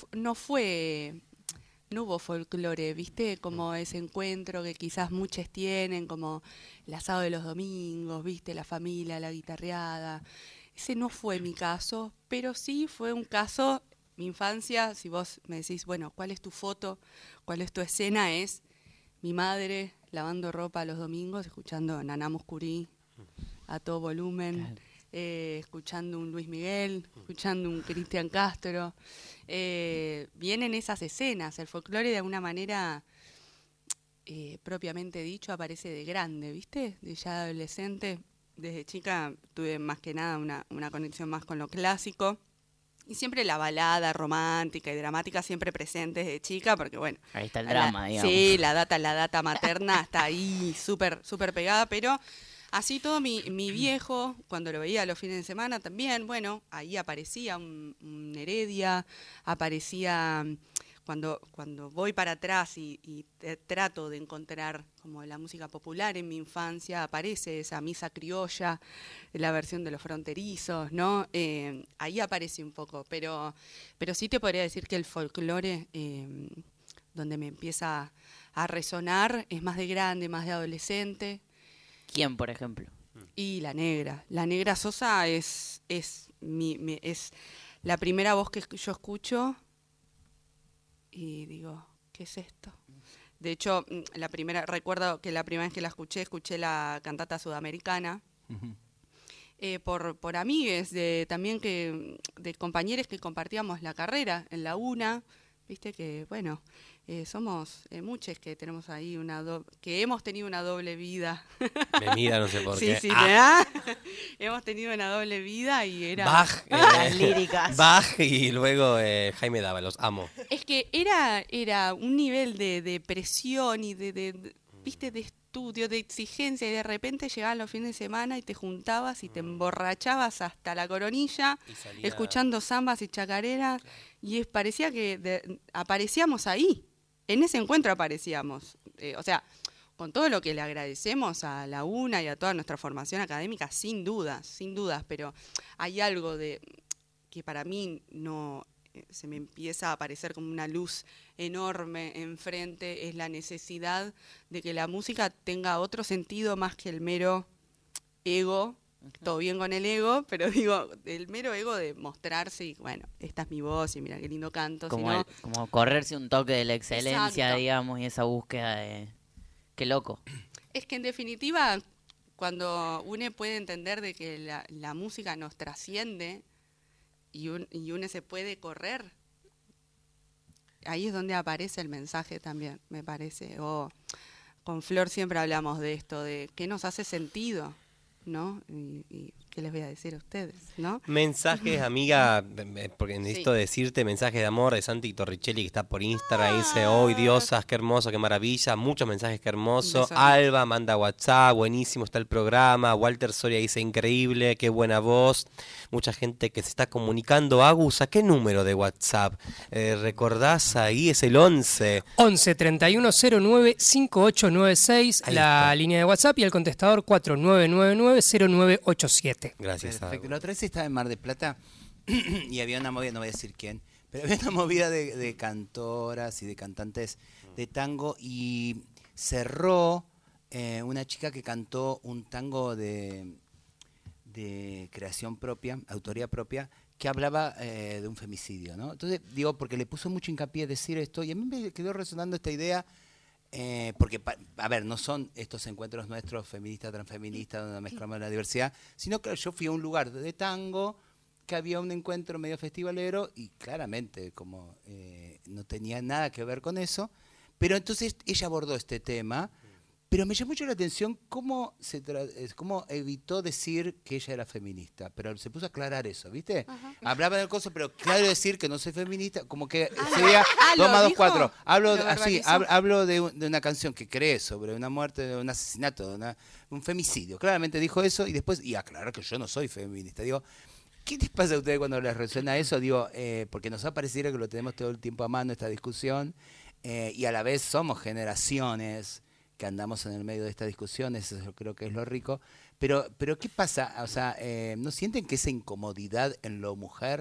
hubo folclore, ¿viste? Como ese encuentro que quizás muchos tienen, como el asado de los domingos, ¿viste? La familia, la guitarreada. Ese no fue mi caso, pero sí fue un caso, mi infancia, si vos me decís, bueno, ¿cuál es tu foto? ¿Cuál es tu escena? Es mi madre lavando ropa los domingos, escuchando Naná Moscurí a todo volumen. Claro. Escuchando un Luis Miguel, escuchando un Cristian Castro. Vienen esas escenas. El folclore de alguna manera, propiamente dicho, aparece de grande, ¿viste? De ya adolescente. Desde chica tuve más que nada una conexión más con lo clásico. Y siempre la balada romántica y dramática siempre presente desde chica, porque bueno... Ahí está el drama, digamos. Sí, la data materna está ahí súper pegadada, pero... Así todo mi viejo, cuando lo veía los fines de semana también, bueno, ahí aparecía un Heredia, aparecía cuando voy para atrás y trato de encontrar como la música popular en mi infancia, aparece esa misa criolla, la versión de Los Fronterizos, ¿no? Ahí aparece un poco, pero sí te podría decir que el folclore, donde me empieza a resonar, es más de grande, más de adolescente. ¿Quién, por ejemplo? Y La Negra Sosa es la primera voz que yo escucho y digo, ¿qué es esto? De hecho, recuerdo que la primera vez que la escuché la cantata sudamericana, por amigues también de compañeros que compartíamos la carrera en la UNA, viste que, bueno... somos muchos que tenemos ahí que hemos tenido una doble vida. Me mira, no sé por qué. Sí, hemos tenido una doble vida y era... Bach, las líricas. Bach y luego Jaime Dávalos, amo. Es que era un nivel de presión y viste, de estudio, de exigencia, y de repente llegaban los fines de semana y te juntabas y te emborrachabas hasta la coronilla, escuchando zambas y chacareras, claro. Y parecía que aparecíamos ahí. En ese encuentro aparecíamos, o sea, con todo lo que le agradecemos a la UNA y a toda nuestra formación académica, sin dudas, pero hay algo que para mí no se me empieza a aparecer como una luz enorme enfrente, es la necesidad de que la música tenga otro sentido más que el mero ego. Todo bien con el ego, pero digo, el mero ego de mostrarse y bueno, esta es mi voz y mira qué lindo canto. Como correrse un toque de la excelencia, exacto, digamos, y esa búsqueda de... Qué loco. Es que en definitiva, cuando uno puede entender de que la música nos trasciende y uno se puede correr, ahí es donde aparece el mensaje también, me parece. Con Flor siempre hablamos de esto, de qué nos hace sentido, ¿no? Y qué les voy a decir a ustedes, ¿no? Mensajes, amiga, porque necesito decirte, mensajes de amor de Santi Torricelli, que está por Instagram, dice, hoy diosas, qué hermoso, qué maravilla, muchos mensajes, qué hermoso. Alba manda WhatsApp, buenísimo está el programa. Walter Soria dice, increíble, qué buena voz. Mucha gente que se está comunicando. Agus, ¿a qué número de WhatsApp? ¿Recordás ahí? Es el 11 31 09 5896, la línea de WhatsApp, y el contestador 4999 0987. Gracias. Perfecto. La otra vez estaba en Mar del Plata y había una movida, no voy a decir quién, pero había una movida de cantoras y de cantantes de tango, y cerró una chica que cantó un tango de creación propia, autoría propia, que hablaba de un femicidio, ¿no? Entonces, digo, porque le puso mucho hincapié a decir esto, y a mí me quedó resonando esta idea. Porque, a ver, no son estos encuentros nuestros feministas, transfeministas, donde mezclamos la diversidad, sino que yo fui a un lugar de tango, que había un encuentro medio festivalero, y claramente como no tenía nada que ver con eso, pero entonces ella abordó este tema, pero me llamó mucho la atención cómo evitó decir que ella era feminista, pero se puso a aclarar eso, ¿viste? Ajá. Hablaba del coso, pero claro decir que no soy feminista, como que sería 2 más 2, 4. Hablo de una canción que cree sobre una muerte, de un asesinato, de un femicidio. Claramente dijo eso y después, y aclarar que yo no soy feminista. Digo, ¿qué les pasa a ustedes cuando les resuena eso? Digo, porque nos ha parecido que lo tenemos todo el tiempo a mano, esta discusión, y a la vez somos generaciones que andamos en el medio de esta discusión, eso creo que es lo rico, pero ¿qué pasa? O sea, ¿no sienten que esa incomodidad en lo mujer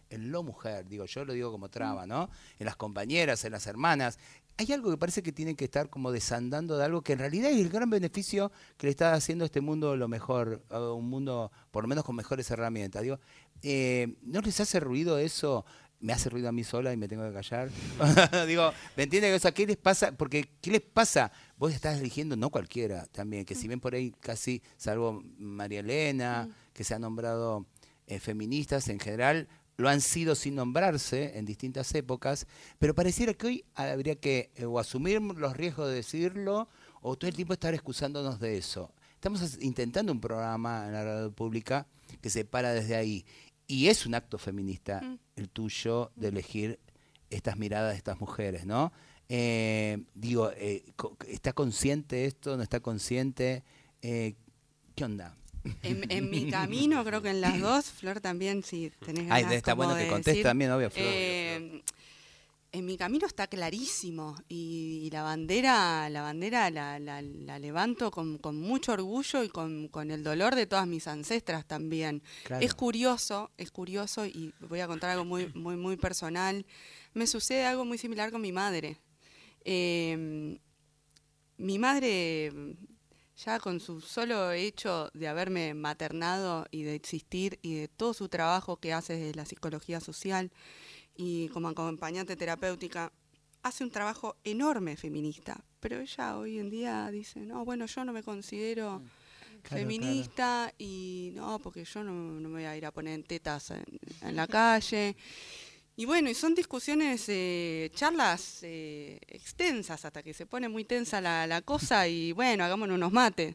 en lo mujer, digo, yo lo digo como traba, ¿no? En las compañeras, en las hermanas. Hay algo que parece que tiene que estar como desandando de algo que en realidad es el gran beneficio que le está haciendo a este mundo lo mejor, a un mundo por lo menos con mejores herramientas. Digo, ¿no les hace ruido eso? Me hace ruido a mí sola y me tengo que callar. Digo, ¿me entienden? O sea, ¿qué les pasa? Porque, ¿qué les pasa? Vos estás eligiendo, no cualquiera también, que si bien por ahí casi, salvo María Elena, que se ha nombrado feministas en general, lo han sido sin nombrarse en distintas épocas, pero pareciera que hoy habría que o asumir los riesgos de decirlo o todo el tiempo estar excusándonos de eso. Estamos intentando un programa en la radio pública que se para desde ahí. Y es un acto feminista el tuyo de elegir estas miradas de estas mujeres, ¿no? Digo, ¿está consciente esto? ¿No está consciente? ¿Qué onda? En mi camino, creo que en las dos, Flor también, si tenés ganas está bueno que conteste también, obvio, Flor. En mi camino está clarísimo y la bandera la levanto con mucho orgullo y con el dolor de todas mis ancestras también. Claro. Es curioso y voy a contar algo muy personal. Me sucede algo muy similar con mi madre. Mi madre, ya con su solo hecho de haberme maternado y de existir y de todo su trabajo que hace desde la psicología social y como acompañante terapéutica, hace un trabajo enorme feminista. Pero ella hoy en día dice, no, bueno, yo no me considero feminista y no, porque yo no me voy a ir a poner en tetas en la calle. Y bueno, y son discusiones, charlas extensas hasta que se pone muy tensa la cosa y bueno, hagámonos unos mates.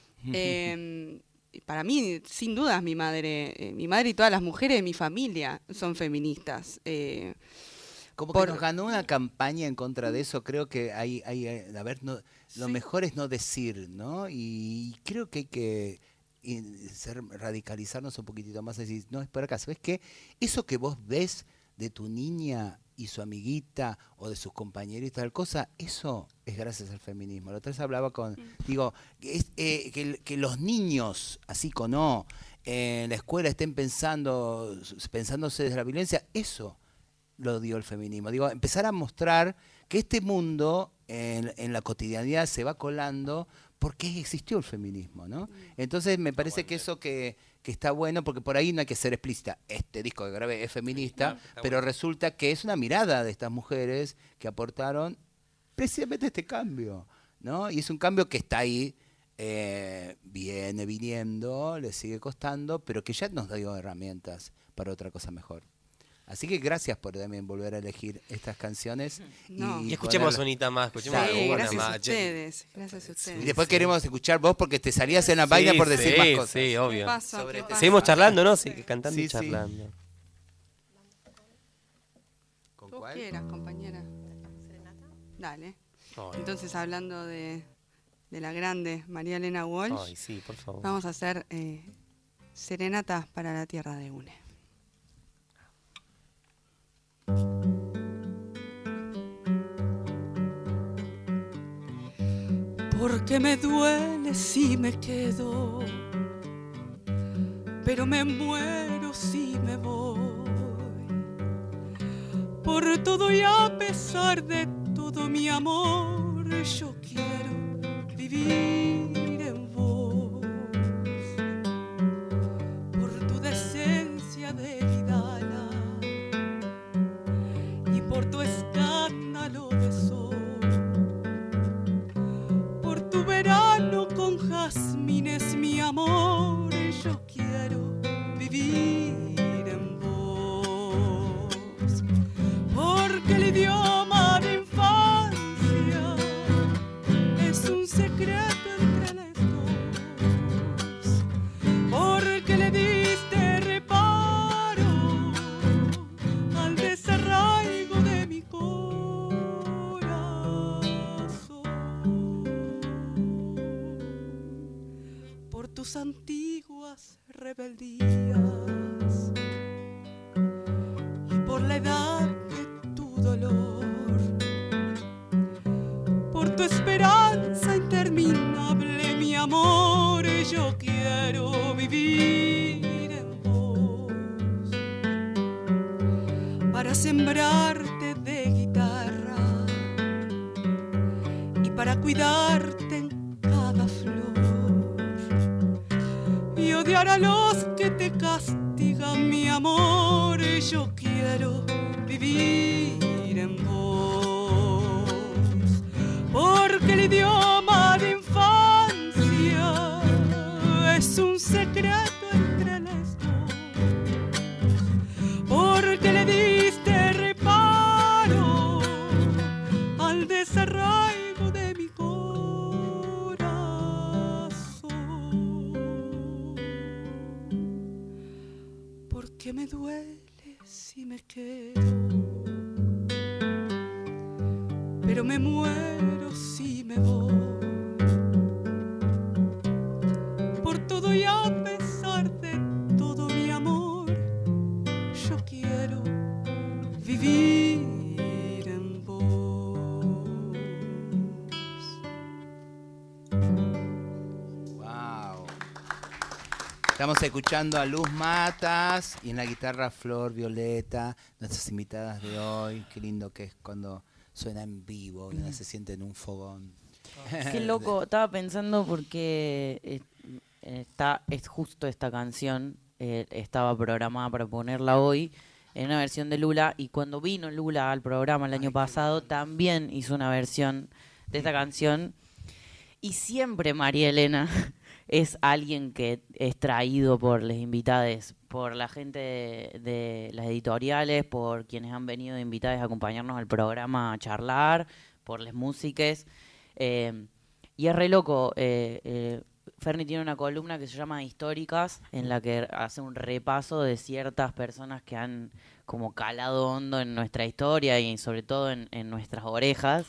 Para mí, sin dudas, mi madre y todas las mujeres de mi familia son feministas. Como que nos ganó una campaña en contra de eso. Creo que lo mejor es no decir, ¿no? Y creo que hay que radicalizarnos un poquitito más y decir, no, es por acá. ¿Sabes qué? Eso que vos ves de tu niña y su amiguita o de sus compañeritos, tal cosa, eso es gracias al feminismo. La otra vez hablaba digo, que los niños, así con en la escuela estén pensándose desde la violencia, eso lo dio el feminismo. Digo, empezar a mostrar que este mundo en la cotidianidad se va colando porque existió el feminismo, ¿no? Entonces me parece que eso que está bueno, porque por ahí no hay que ser explícita. Este disco que grabé es feminista, pero resulta que es una mirada de estas mujeres que aportaron precisamente este cambio, ¿no? Y es un cambio que está ahí, viene viniendo, le sigue costando, pero que ya nos dio herramientas para otra cosa mejor. Así que gracias por también volver a elegir estas canciones. Y escuchemos unita más, escuchemos alguna gracias más. Gracias a ustedes. Y después queremos escuchar vos porque te salías en la vaina por decir más cosas. Sí, obvio. ¿Qué pasó? Seguimos charlando, ¿no? Sí, cantando y charlando. ¿Con cuál? ¿Qué quieras, compañera? ¿Serenata? Dale. Entonces, hablando de la grande María Elena Walsh, ay, sí, por favor. Vamos a hacer Serenatas para la Tierra de Une. Porque me duele si me quedo, pero me muero si me voy. Por todo y a pesar de todo mi amor, yo quiero vivir en vos. Por tu decencia de vidala y por tu escándalo de sol. Por tu verano con jazmines, mi amor, yo quiero vivir en vos. Porque el idioma de infancia es un secreto entre los dos. Porque le diste reparo al desarraigo de mi corazón. Por tus antiguas rebeldías y por la edad de tu dolor, por tu esperanza interminable, mi amor, yo quiero vivir en vos. sembrarte de guitarra y para cuidarte en cada flor y odiar a los que te castigan, mi amor. Yo quiero vivir en vos, porque el idioma de infancia es un secreto entre las dos, porque le diste reparo al desarraigo de mi corazón, porque me duele si me quedo, pero me muero si me voy, por todo y a pesar de todo, mi amor, yo quiero vivir en vos. Wow. Estamos escuchando a Luz Matas y en la guitarra Flor Violeta, nuestras invitadas de hoy. Qué lindo que es cuando suena en vivo y uno se siente en un fogón. Qué loco, estaba pensando porque es justo esta canción, estaba programada para ponerla hoy en una versión de Lula, y cuando vino Lula al programa el año pasado también hizo una versión de esta canción, y siempre María Elena es alguien que es traído por las invitadas, por la gente de las editoriales, por quienes han venido invitadas a acompañarnos al programa a charlar, por las músicas. Y es re loco. Ferni tiene una columna que se llama Históricas, en la que hace un repaso de ciertas personas que han como calado hondo en nuestra historia y sobre todo en nuestras orejas.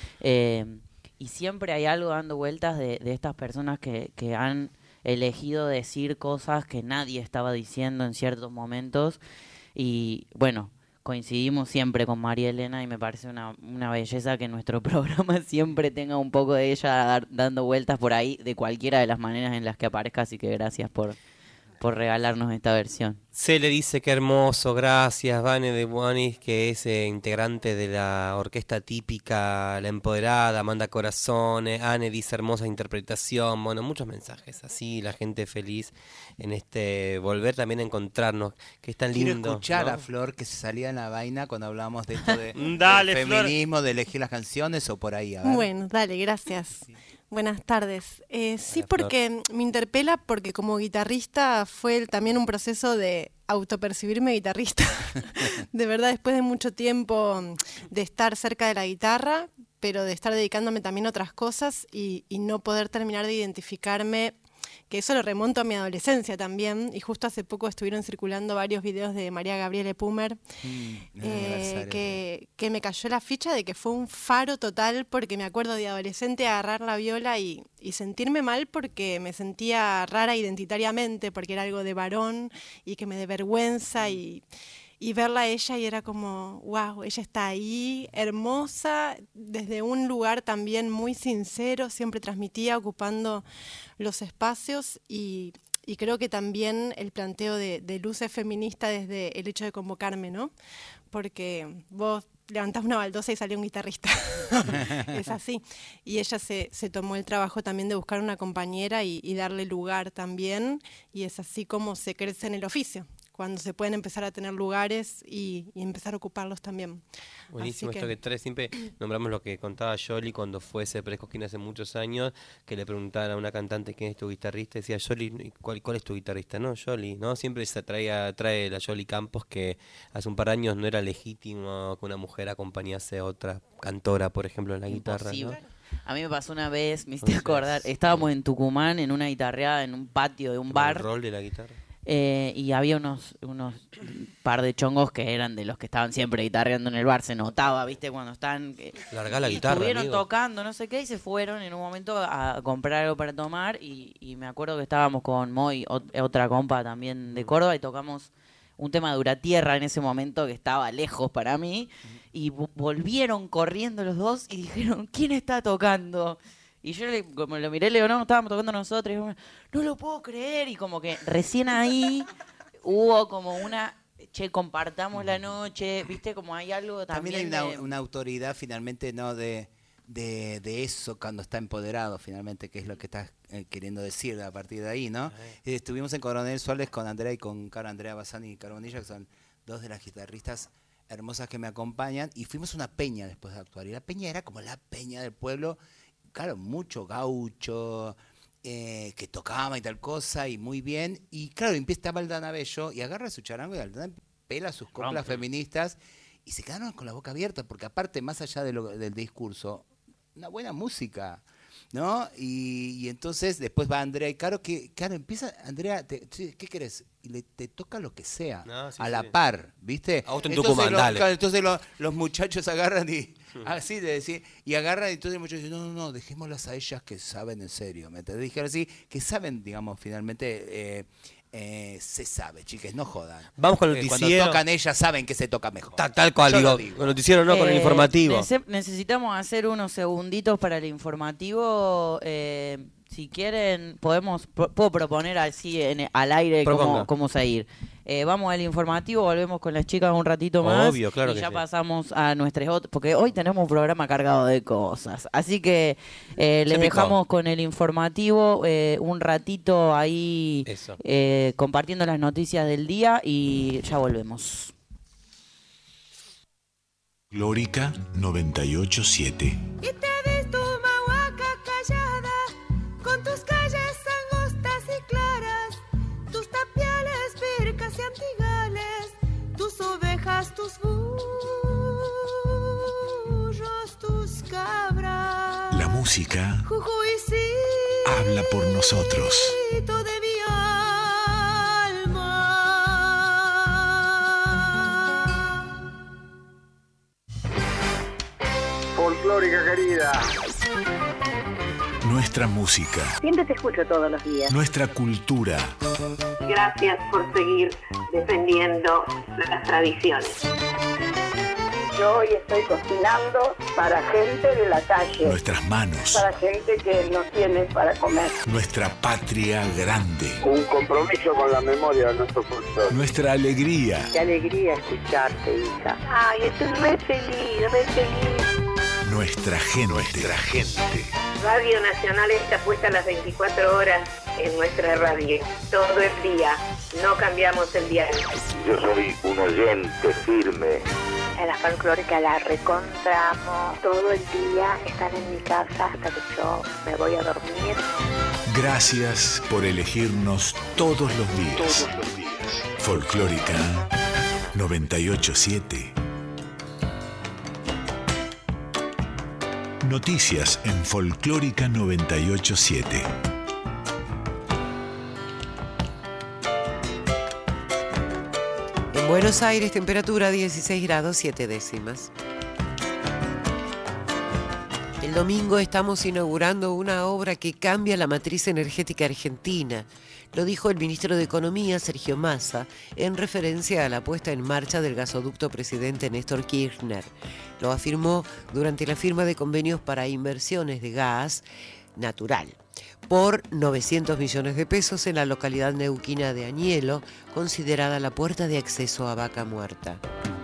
Y siempre hay algo dando vueltas de estas personas que han elegido decir cosas que nadie estaba diciendo en ciertos momentos. Y bueno, coincidimos siempre con María Elena y me parece una belleza que nuestro programa siempre tenga un poco de ella dando vueltas por ahí de cualquiera de las maneras en las que aparezca, así que gracias por regalarnos esta versión. Se le dice que hermoso, gracias. Vane de Buanis, que es integrante de la orquesta típica La Empoderada, manda corazones. Anne dice hermosa interpretación. Bueno, muchos mensajes así, la gente feliz en este volver también a encontrarnos, que es tan lindo. Quiero escuchar, ¿no?, a Flor, que se salía en la vaina cuando hablábamos de esto de Dale, del feminismo, de elegir las canciones o por ahí. A ver. Bueno, dale, gracias. Sí. Buenas tardes. Sí, porque me interpela porque como guitarrista fue también un proceso de autopercibirme guitarrista. De verdad, después de mucho tiempo de estar cerca de la guitarra, pero de estar dedicándome también a otras cosas y no poder terminar de identificarme, que eso lo remonto a mi adolescencia también, y justo hace poco estuvieron circulando varios videos de María Gabriela Pumer, que me cayó la ficha de que fue un faro total, porque me acuerdo de adolescente agarrar la viola y sentirme mal porque me sentía rara identitariamente, porque era algo de varón y que me dé vergüenza y verla a ella y era como, wow, ella está ahí, hermosa, desde un lugar también muy sincero, siempre transmitía ocupando los espacios y creo que también el planteo de Luz es feminista desde el hecho de convocarme, ¿no? Porque vos levantás una baldosa y salió un guitarrista, es así. Y ella se tomó el trabajo también de buscar una compañera y darle lugar también, y es así como se crece en el oficio, cuando se pueden empezar a tener lugares y empezar a ocuparlos también. Buenísimo esto que trae. Siempre nombramos lo que contaba Yoli cuando fue Cypress Cosquín hace muchos años, que le preguntaban a una cantante quién es tu guitarrista, y decía Yoli, ¿cuál es tu guitarrista? No, Yoli, ¿no? Siempre se trae la Yoli Campos, que hace un par de años no era legítimo que una mujer acompañase a otra cantora, por ejemplo, en la guitarra, ¿no? A mí me pasó una vez, me hiciste acordar, estábamos en Tucumán en una guitarreada en un patio de un bar. ¿El rol de la guitarra? Y había unos par de chongos que eran de los que estaban siempre guitarreando en el bar, se notaba, ¿viste? Cuando están... Largá la guitarra, estuvieron amigo, tocando, no sé qué, y se fueron en un momento a comprar algo para tomar y me acuerdo que estábamos con Moy, otra compa también de Córdoba, y tocamos un tema de Duratierra en ese momento que estaba lejos para mí, y volvieron corriendo los dos y dijeron, ¿quién está tocando? Y yo como lo miré, le digo, no, estábamos tocando nosotros. Y yo, no lo puedo creer. Y como que recién ahí hubo como una che, compartamos la noche, viste, como hay algo también. También hay una autoridad finalmente, ¿no? De eso cuando está empoderado finalmente, que es lo que estás queriendo decir a partir de ahí, ¿no? Estuvimos en Coronel Suárez con Andrea y con Andrea Bassani y Carbonilla, que son dos de las guitarristas hermosas que me acompañan, y fuimos a una peña después de actuar, y la peña era como la peña del pueblo, claro, mucho gaucho, que tocaba y tal cosa, y muy bien, y claro, estaba Aldana Bello, y agarra su charango y Aldana pela sus coplas feministas, y se quedaron con la boca abierta, porque aparte, más allá del discurso, una buena música, ¿no? Y entonces después va Andrea y Caro, que claro, empieza, Andrea, ¿qué querés? Y te toca lo que sea, a la par, ¿viste? Entonces los muchachos agarran y así de decir, y agarran y entonces el muchacho dice, no, dejémoslas a ellas que saben en serio, ¿me entendés? Dijeron así, que saben, digamos, finalmente... se sabe, chiques, no jodan. Vamos con el noticiero. Cuando tocan ellas saben que se toca mejor. Tal cual, digo. Con el noticiero no, con el informativo. Necesitamos hacer unos segunditos para el informativo. Si quieren, puedo proponer así al aire cómo seguir. Vamos al informativo, volvemos con las chicas un ratito más. Obvio, claro, y ya pasamos a nuestras otras, porque hoy tenemos un programa cargado de cosas. Así que les dejamos con el informativo un ratito ahí compartiendo las noticias del día y ya volvemos. Folclórica 98.7. Y te ves tu Mahuaca callada, con tus calles angostas y claras, tus tapiales, pircas y antigales, tus ovejas, tus burros, tus cabras. La música Jujuy sí, habla por nosotros. de mi alma. Folclórica querida. Nuestra música. Siempre te escucho todos los días. Nuestra cultura. Gracias por seguir defendiendo las tradiciones. Yo hoy estoy cocinando para gente de la calle. Nuestras manos. Para gente que no tiene para comer. Nuestra patria grande. Un compromiso con la memoria de nuestro folclore. Nuestra alegría. Qué alegría escucharte, hija. Ay, estoy re feliz. Nuestra gente. Radio Nacional está puesta las 24 horas en nuestra radio. Todo el día. No cambiamos el diario. Yo soy un oyente firme. En la folclórica la recontramos. Todo el día están en mi casa hasta que yo me voy a dormir. Gracias por elegirnos todos los días. Folclórica 98.7. Noticias en Folclórica 98.7. En Buenos Aires, temperatura 16 grados 7 décimas. El domingo estamos inaugurando una obra que cambia la matriz energética argentina. Lo dijo el ministro de Economía, Sergio Massa, en referencia a la puesta en marcha del gasoducto Presidente Néstor Kirchner. Lo afirmó durante la firma de convenios para inversiones de gas natural por 900 millones de pesos en la localidad neuquina de Añelo, considerada la puerta de acceso a Vaca Muerta.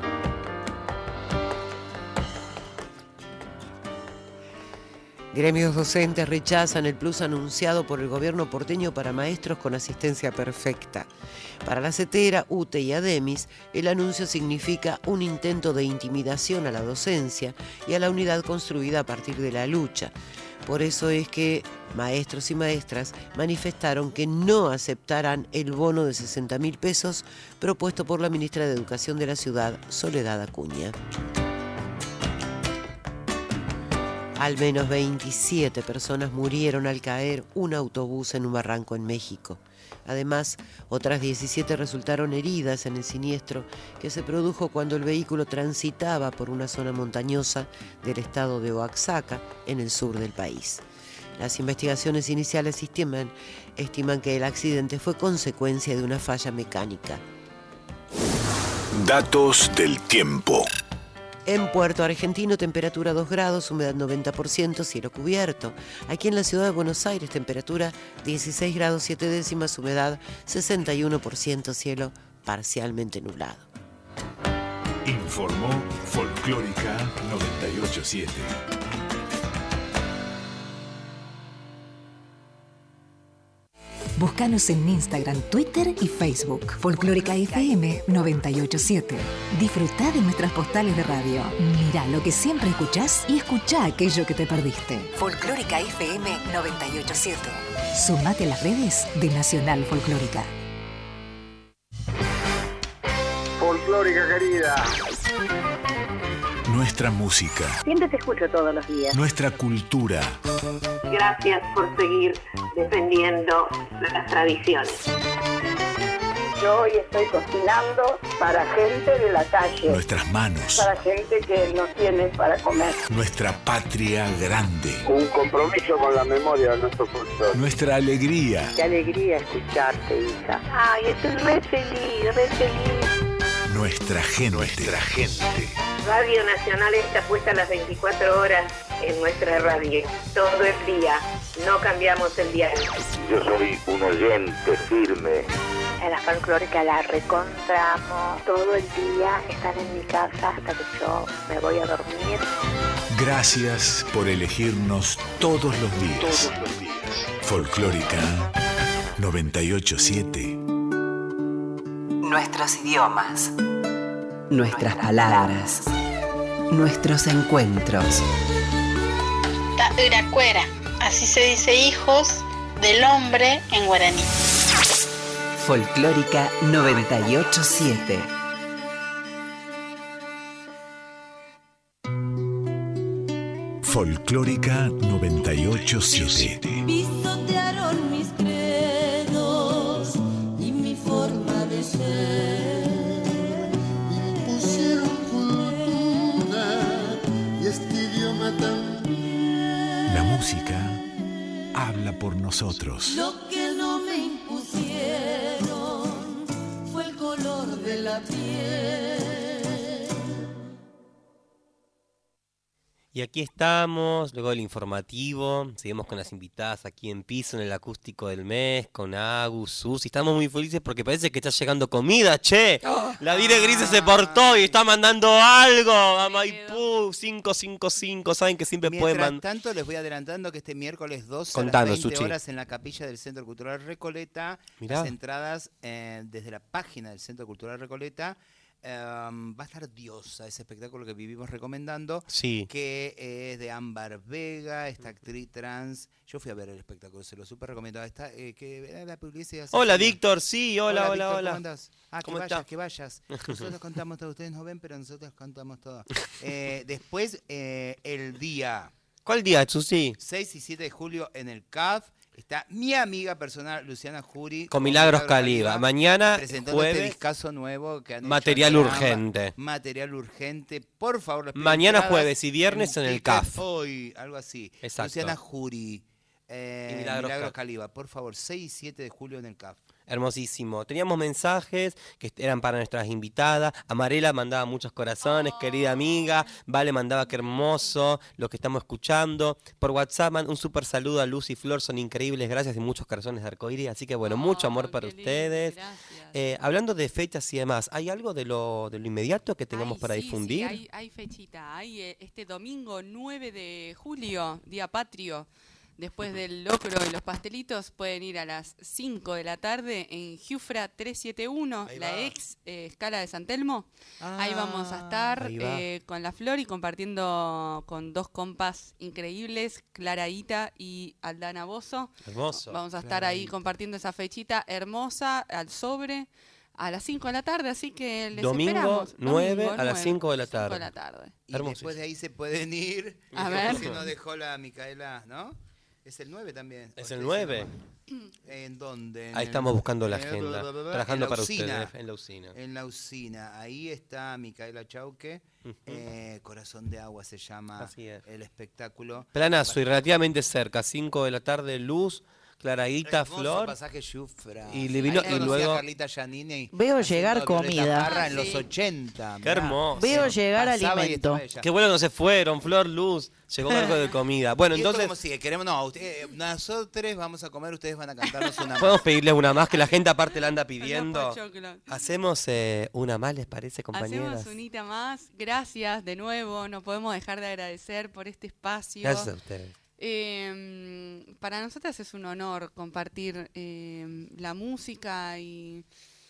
Gremios docentes rechazan el plus anunciado por el gobierno porteño para maestros con asistencia perfecta. Para la CETERA, UTE y ADEMIS, el anuncio significa un intento de intimidación a la docencia y a la unidad construida a partir de la lucha. Por eso es que maestros y maestras manifestaron que no aceptarán el bono de 60.000 pesos propuesto por la ministra de Educación de la ciudad, Soledad Acuña. Al menos 27 personas murieron al caer un autobús en un barranco en México. Además, otras 17 resultaron heridas en el siniestro que se produjo cuando el vehículo transitaba por una zona montañosa del estado de Oaxaca, en el sur del país. Las investigaciones iniciales estiman que el accidente fue consecuencia de una falla mecánica. Datos del tiempo. En Puerto Argentino, temperatura 2 grados, humedad 90%, cielo cubierto. Aquí en la ciudad de Buenos Aires, temperatura 16 grados 7 décimas, humedad 61%, cielo parcialmente nublado. Informó Folclórica 987. Búscanos en Instagram, Twitter y Facebook. Folclórica FM 987. Disfrutá de nuestras postales de radio. Mirá lo que siempre escuchás y escuchá aquello que te perdiste. Folclórica FM 987. Sumate a las redes de Nacional Folclórica. Folclórica querida. Nuestra música. Siempre te escucho todos los días. Nuestra cultura. Gracias por seguir defendiendo las tradiciones. Yo hoy estoy cocinando para gente de la calle. Nuestras manos. Para gente que no tiene para comer. Nuestra patria grande. Un compromiso con la memoria de nuestro folclore. Nuestra alegría. Qué alegría escucharte, hija. Ay, estoy re feliz, re feliz. Nuestra gente. Nuestra gente. Radio Nacional está puesta las 24 horas en nuestra radio. Todo el día. No cambiamos el diario. Yo soy un oyente firme. En la folclórica la recontramos. Todo el día están en mi casa hasta que yo me voy a dormir. Gracias por elegirnos todos los días. Folclórica 987. Nuestros idiomas. Nuestras palabras. Nuestros encuentros. Ta'iracuera, así se dice hijos del hombre en guaraní. Folclórica 987. Folclórica 987. Pisotearon mis credos y mi forma de ser. Impusieron cultura y este idioma también. La música habla por nosotros. Lo que no me impusieron fue el color de la piel. Y aquí estamos, luego del informativo, seguimos con las invitadas aquí en piso, en el acústico del mes, con Agus, Susi. Estamos muy felices porque parece que está llegando comida, che. La Dire Grise se portó y está mandando algo a Maipú, 555, saben que siempre pueden mandar. Mientras tanto, les voy adelantando que este miércoles 12 Contanos, a las 20 Suchi. horas en la capilla del Centro Cultural Recoleta, Mirá. las entradas desde la página del Centro Cultural Recoleta. Va a estar Diosa, ese espectáculo que vivimos recomendando, Sí. que es de Ámbar Vega, esta actriz trans. Yo fui a ver el espectáculo, se lo súper recomiendo. Está, que la publicidad. Hola, Víctor, sí, hola, Víctor, hola. ¿cómo andás? ¿Cómo que está? vayas, que vayas. Nosotros contamos todo, ustedes no ven, pero nosotros contamos todo. Después, el día... ¿Cuál día, Susi? 6 y 7 de julio en el CAF. Está mi amiga personal, Luciana Jury. Con Milagros Caliba. Mañana, presentando jueves, este discazo nuevo que han hecho material en Amba. urgente. Material urgente. Por favor, les pido Mañana, entradas jueves y viernes en el Ticket CAF. Hoy, algo así. Exacto. Luciana Jury. Y Milagros Caliba. Por favor, 6 y 7 de julio en el CAF. Hermosísimo. Teníamos mensajes que eran para nuestras invitadas. Amarela mandaba muchos corazones, querida amiga. Vale mandaba que hermoso lo que estamos escuchando. Por WhatsApp, un súper saludo a Luz y Flor, son increíbles, gracias y muchos corazones de arcoíris. Así que bueno, mucho amor para ustedes. Hablando de fechas y demás, ¿hay algo de lo inmediato que tengamos para difundir? Sí, hay fechita. Hay este domingo 9 de julio, Día Patrio. Después del locro y los pastelitos pueden ir a las 5 de la tarde en Giufra 371, la ex escala de San Telmo. Ahí vamos a estar con la Flor y compartiendo con dos compas increíbles, Clara Ita y Aldana Bozo. Hermoso. Vamos a estar ahí compartiendo esa fechita hermosa al sobre a las 5 de la tarde, así que les esperamos. Domingo 9 Domingo a las 5 de la tarde. 5 de la tarde. Y después de ahí se pueden ir. A ver. Si nos dejó la Micaela, ¿no? Es el 9 también. ¿Es el 9? ¿En dónde? Ahí estamos buscando la agenda. Trabajando para ustedes en la usina. En la usina. Ahí está Micaela Chauque. Corazón de Agua se llama el espectáculo. Planazo y relativamente cerca. 5 de la tarde, luz. Claraguita, Flor. Pasaje Yufra. Y le vino, y luego. Carlita Giannini. Veo llegar comida. En los 80. Qué hermoso. Veo llegar alimento. Qué bueno que no se fueron, Flor, Luz. Llegó algo de comida. Bueno, ¿Y entonces. esto cómo sigue? Queremos, no, nosotros vamos a comer, ustedes van a cantarnos una más. Podemos pedirles una más que la gente aparte la anda pidiendo. Hacemos una más, ¿les parece, compañeras? Hacemos unita más. Gracias de nuevo. No podemos dejar de agradecer por este espacio. Gracias a ustedes. Para nosotras es un honor compartir la música y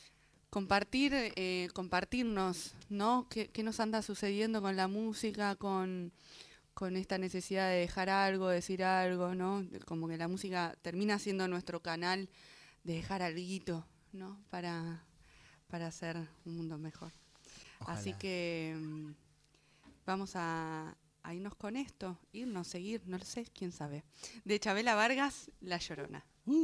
compartirnos, ¿no? ¿Qué nos anda sucediendo con la música, con esta necesidad de dejar algo, decir algo, ¿no? Como que la música termina siendo nuestro canal de dejar alguito, ¿no? Para hacer un mundo mejor. Ojalá. Así que vamos a irnos con esto, seguir, no lo sé, quién sabe. De Chabela Vargas, La Llorona.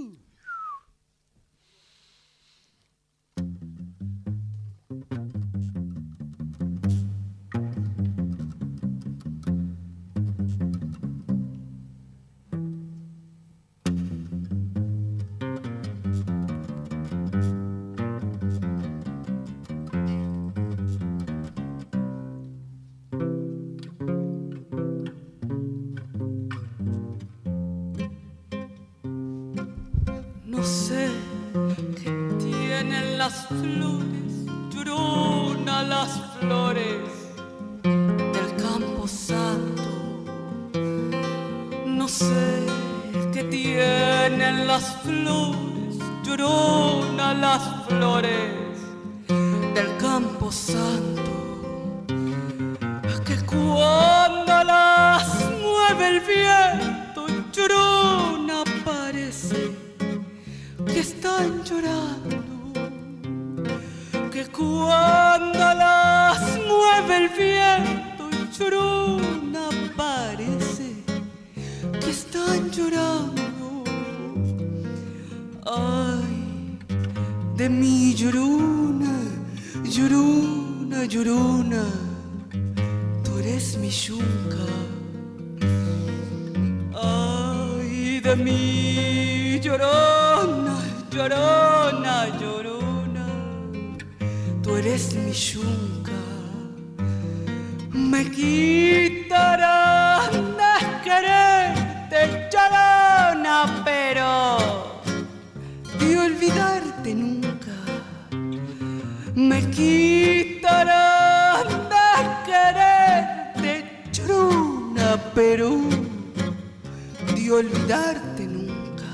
No sé qué tienen las flores, Llorona, las flores del Campo Santo. No sé qué tienen las flores, Llorona, las flores del Campo Santo, que cuando las mueve el viento, Llorona, parece que están llorando, que cuando las mueve el viento, Llorona, parece que están llorando. Ay, de mi Llorona, Llorona, Llorona, tú eres mi yunca. Ay, de mi Llorona, Llorona, Llorona, tú eres mi yunca. Me quitarán de quererte, Llorona, pero de olvidarte nunca. Me quitarán de quererte, Llorona, pero de olvidarte nunca.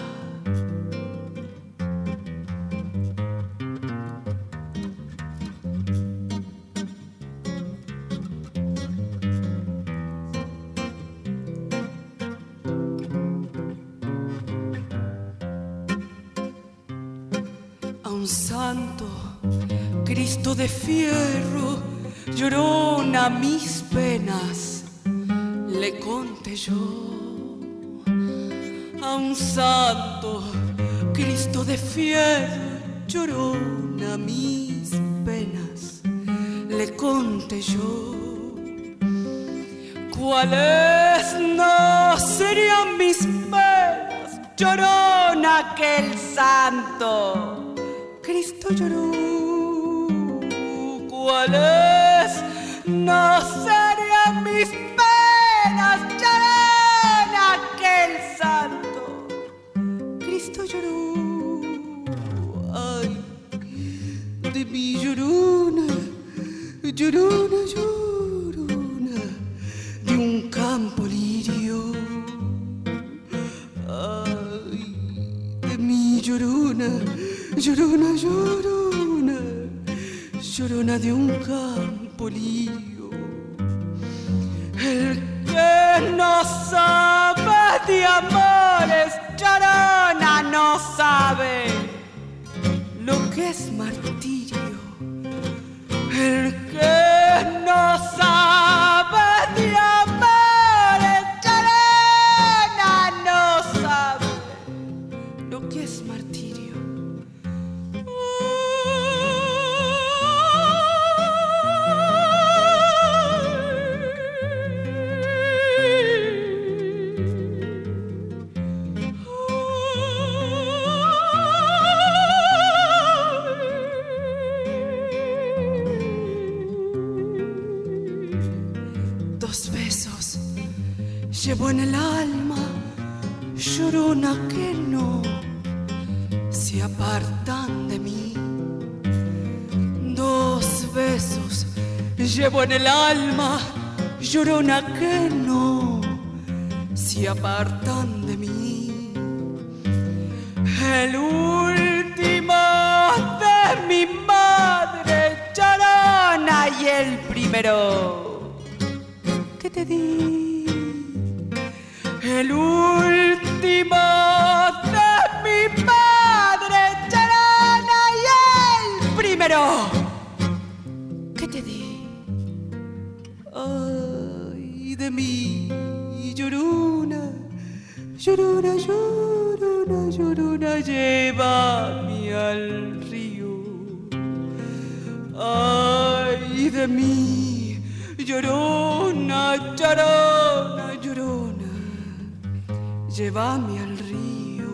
A un santo Cristo de fierro, Llorona, mis penas le conté yo. A un santo Cristo de fierro, Llorona, mis penas le conté yo. ¿Cuáles no serían mis penas, Llorona, que el santo Cristo lloró? ¿Cuáles no serían mis penas, Llorona, que el santo Cristo lloró? Ay, de mi Llorona, Llorona, Llorona, de un campo lirio. Ay, de mi Llorona, Llorona, Llorona, Llorona de un campo lirio. El que no sabe de amores, Llorona, no sabe lo que es martirio. El que no sabe de amores, Llorona, no sabe lo que es martirio. llevo en el alma, llorona que no se apartan de mí. 2 besos llevo en el alma, llorona que no se apartan de mí. El último de mi madre llorona y el primero que te di. El último de mi madre llorona y el primero que te di. Ay de mí, llorona, llorona, llorona, llorona, llévame al río. Ay de mí, llorona, llorona, llorona, llévame al río.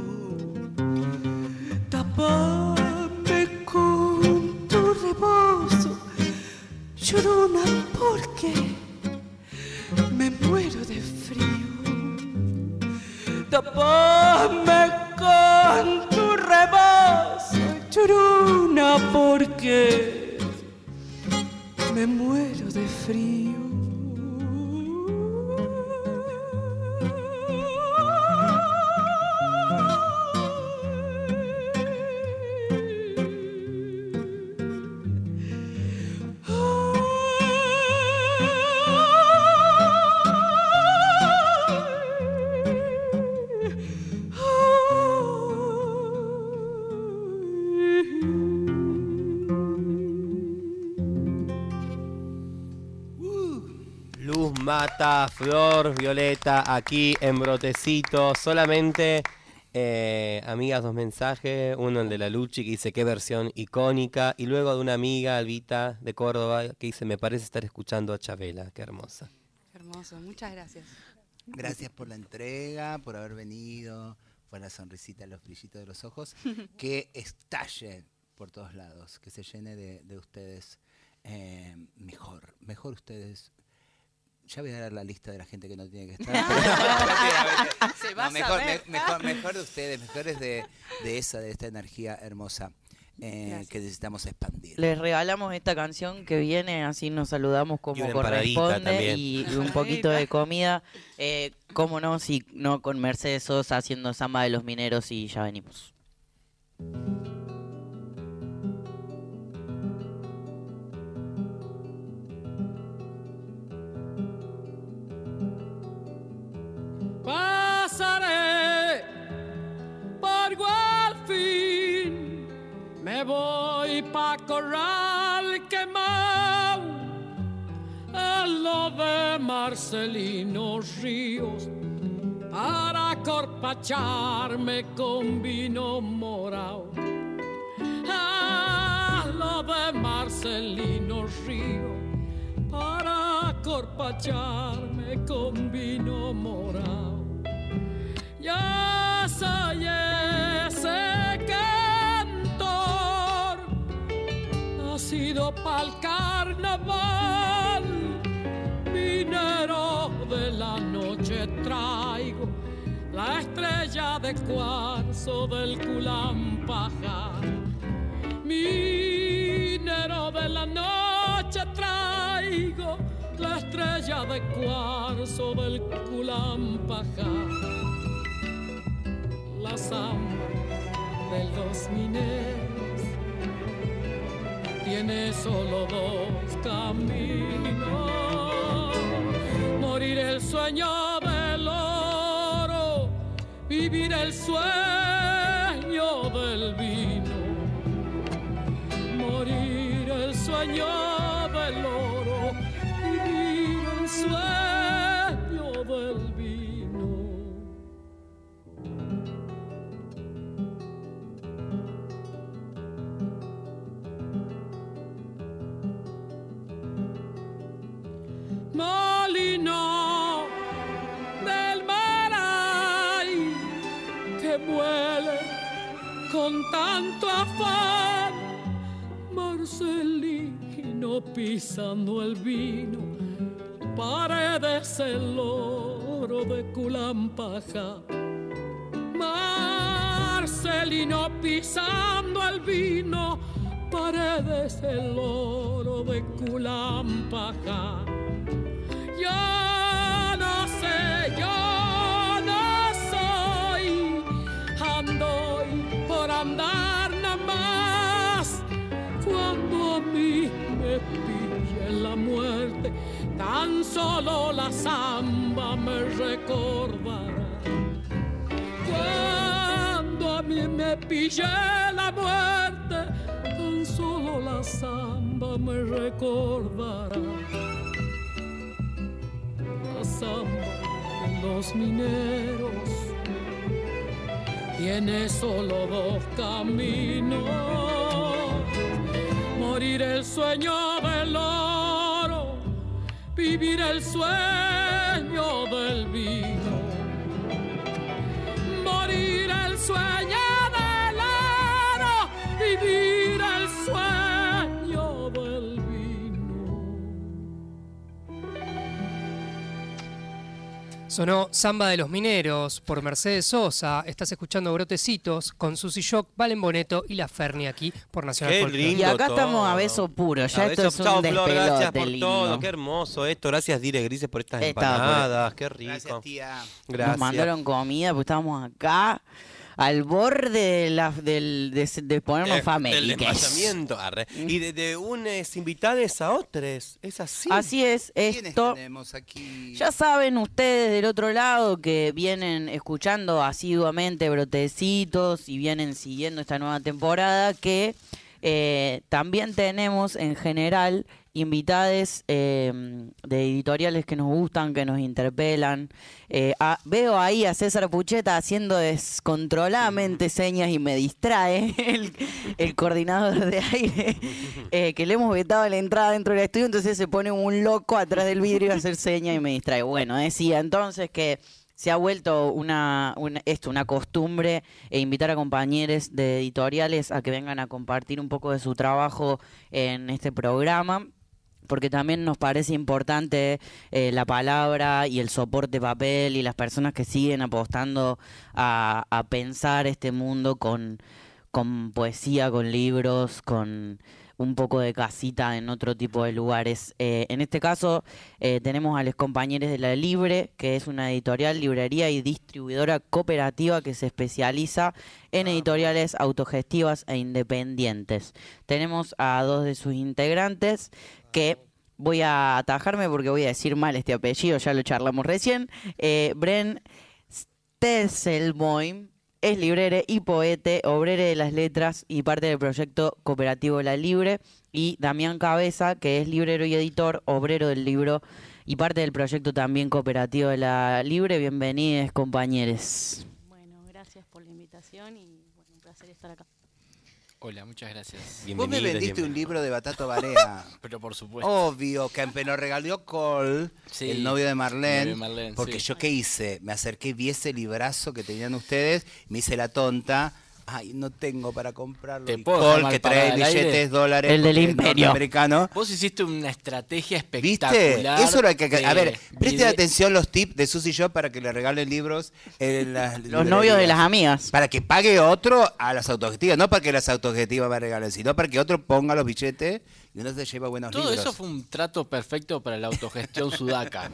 Tápame con tu rebozo, llorona, porque me muero de frío. Tápame con tu rebozo, llorona, porque me muero de frío. Mata, Flor, Violeta, aquí en Brotecito. Solamente, amigas, 2 mensajes. Uno, el de la Luchi, que dice qué versión icónica. Y luego de una amiga, Albita, de Córdoba, que dice me parece estar escuchando a Chabela. Qué hermosa. Qué hermoso, muchas gracias. Gracias por la entrega, por haber venido, por la sonrisita, los brillitos de los ojos. Que estalle por todos lados, que se llene de ustedes mejor ustedes. Ya voy a dar la lista de la gente que no tiene que estar. Se va a mejor de ustedes, mejores de esta energía hermosa que necesitamos expandir. Les regalamos esta canción que viene, así nos saludamos como corresponde y un poquito de comida. Cómo no, si no con Mercedes Sosa haciendo Samba de los Mineros y ya venimos. Pasaré por Gualfín, me voy pa' Corral Quemado, a lo de Marcelino Ríos, para corpacharme con vino morao. A lo de Marcelino Ríos, para corpacharme con vino morao. Ya soy ese cantor, nacido pa'l carnaval, minero de la noche traigo, la estrella de cuarzo del Culampajar. Minero de la noche traigo, la estrella de cuarzo del Culampajar. La samba de los mineros tiene solo 2 caminos: morir el sueño del oro, vivir el sueño del vino. Morir el sueño del oro, vivir el sueño del vino. Molino del Maray que muele con tanto afán, Marcelino pisando el vino, Paredes el oro loro de Culampaja. Marcelino pisando el vino, Paredes el oro de Culampaja. Yo no sé, yo no soy, ando por andar nada más. Cuando a mí me pille la muerte, tan solo la samba me recordará. Cuando a mí me pille la muerte, tan solo la samba me recordará. La samba de los mineros tiene solo dos caminos: morir el sueño del oro, vivir el sueño del vino. Morir el sueño del oro, vivir el sueño del vino. Sonó Samba de los Mineros por Mercedes Sosa. Estás escuchando Brotecitos con Susy Shock, Valen Boneto y La Ferni aquí por Nacional Folclore. Y acá estamos a beso puro, ya esto es un despelote. Gracias por lindo. todo, qué hermoso esto. Gracias, Dire Grises, por estas empanadas, qué rico. Gracias, tía. Gracias. Nos mandaron comida, pues estábamos acá al borde de ponernos Del faméliques. desmayamiento. Y de unos invitados a otros, es así. Así es, esto. Tenemos aquí? Ya saben ustedes del otro lado que vienen escuchando asiduamente Brotecitos y vienen siguiendo esta nueva temporada, que también tenemos en general invitades de editoriales que nos gustan, que nos interpelan. Veo ahí a César Pucheta haciendo descontroladamente señas y me distrae el coordinador de aire, que le hemos vetado la entrada dentro del estudio, entonces se pone un loco atrás del vidrio a hacer señas y me distrae. Bueno, decía entonces que se ha vuelto una costumbre invitar a compañeros de editoriales a que vengan a compartir un poco de su trabajo en este programa, porque también nos parece importante la palabra y el soporte papel y las personas que siguen apostando a pensar este mundo con poesía, con libros, con un poco de casita en otro tipo de lugares. En este caso tenemos a los compañeros de La Libre, que es una editorial, librería y distribuidora cooperativa que se especializa en editoriales autogestivas e independientes. Tenemos a dos de sus integrantes que voy a atajarme porque voy a decir mal este apellido, ya lo charlamos recién. Bren Tesselboim es librere y poete, obrere de las letras y parte del proyecto cooperativo La Libre. Y Damián Cabeza, que es librero y editor, obrero del libro y parte del proyecto también cooperativo de La Libre. Bienvenidos, compañeros. Bueno, gracias por la invitación y bueno, un placer estar acá. Hola, muchas gracias. Vos me vendiste un libro de Batato Barea. Pero por supuesto. Obvio, que me lo regaló Cole, Sí, el novio de Marlene. Porque sí. yo, ¿qué hice? Me acerqué, vi ese librazo que tenían ustedes, me hice la tonta. Ay, no tengo para comprarlo. Te Y puedo Cole, dejar que mal trae parada al billetes, aire. dólares. El del porque es Imperio. norteamericano. Vos hiciste una estrategia ¿Viste? espectacular. Eso era que... A ver, presten Vide- atención los tips de Susy Shop para que le regalen libros en las Los novios de las amigas. Para que pague otro a las autogestivas, no para que las autogestivas me regalen, sino para que otro ponga los billetes y uno se lleva buenos Todo libros. eso fue un trato perfecto para la autogestión sudaca.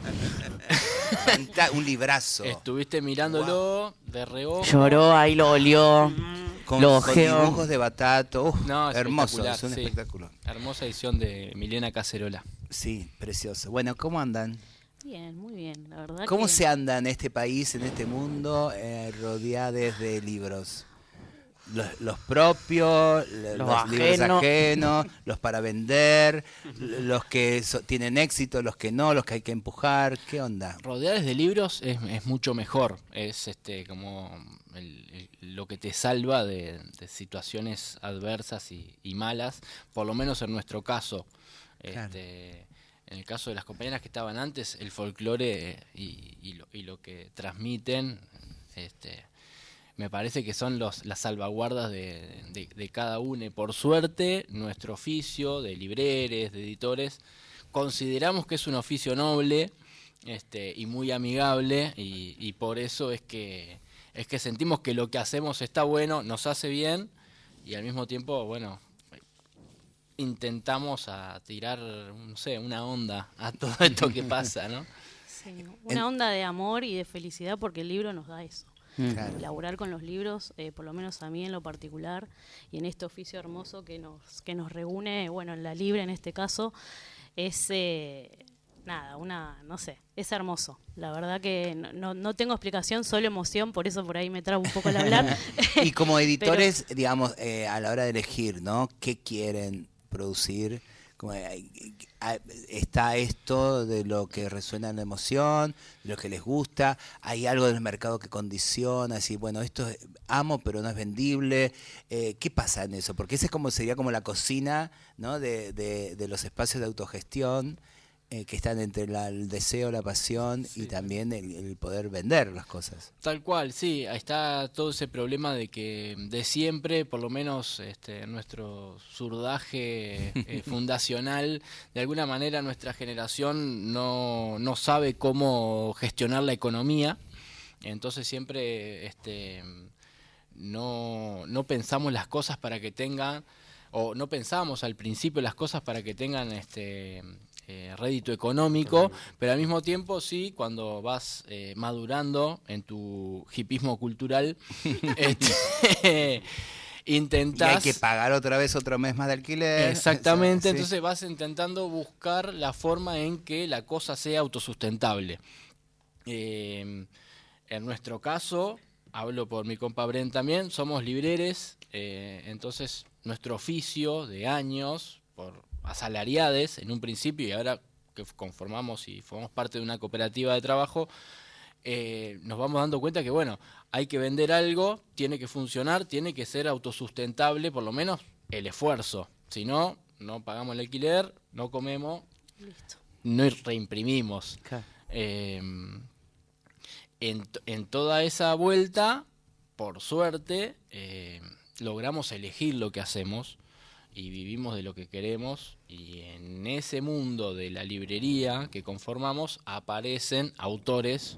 Un librazo. Estuviste mirándolo de reojo. Lloró, ahí lo olió, Con, lo con ojeó. dibujos de Batato. Uf, No, es hermoso, espectacular, es un sí. espectáculo. Hermosa edición de Milena Cacerola. Sí, precioso. Bueno, ¿cómo andan? Bien, muy bien, la verdad. ¿Cómo que se anda en este país, en este mundo, rodeados de libros? Los propios, los libros ajenos, los para vender, los que tienen éxito, los que no, los que hay que empujar. ¿Qué onda? Rodeados de libros es mucho mejor. Es como lo que te salva de situaciones adversas y malas, por lo menos en nuestro caso. Claro. En el caso de las compañeras que estaban antes, el folclore y lo que transmiten, me parece que son las salvaguardas de cada uno. Por suerte, nuestro oficio de libreres, de editores, consideramos que es un oficio noble y muy amigable, y por eso es que sentimos que lo que hacemos está bueno, nos hace bien, y al mismo tiempo, bueno, intentamos a tirar, no sé, una onda a todo esto que pasa, ¿no? Sí, una onda de amor y de felicidad, porque el libro nos da eso. Claro. Laburar con los libros, por lo menos a mí en lo particular, y en este oficio hermoso que nos reúne, bueno, en la Libre en este caso, es no sé, es hermoso. La verdad que no tengo explicación, solo emoción, por eso por ahí me trabo un poco al hablar. Y como editores, digamos, a la hora de elegir, ¿no? ¿Qué quieren producir? Como, está esto de lo que resuena en la emoción, de lo que les gusta, hay algo del mercado que condiciona, así, bueno, esto amo pero no es vendible. ¿Qué pasa en eso? Porque ese sería como la cocina, ¿no? de los espacios de autogestión, que están entre el deseo, la pasión, sí, y también el poder vender las cosas. Tal cual, sí, ahí está todo ese problema de que de siempre, por lo menos nuestro surdaje fundacional, de alguna manera nuestra generación no sabe cómo gestionar la economía, entonces siempre no pensamos las cosas para que tengan, o no pensamos al principio las cosas para que tengan rédito económico, pero al mismo tiempo sí, cuando vas madurando en tu hipismo cultural, intentás... Y hay que pagar otra vez otro mes más de alquiler. Exactamente, sí. Entonces vas intentando buscar la forma en que la cosa sea autosustentable. En nuestro caso, hablo por mi compa Bren también, somos libreres, entonces nuestro oficio de años, por asalariades en un principio, y ahora que conformamos y formamos parte de una cooperativa de trabajo, nos vamos dando cuenta que, bueno, hay que vender algo, tiene que funcionar, tiene que ser autosustentable, por lo menos el esfuerzo. Si no, no pagamos el alquiler, no comemos, listo, no reimprimimos. Claro. En toda esa vuelta, por suerte, logramos elegir lo que hacemos y vivimos de lo que queremos, y en ese mundo de la librería que conformamos aparecen autores,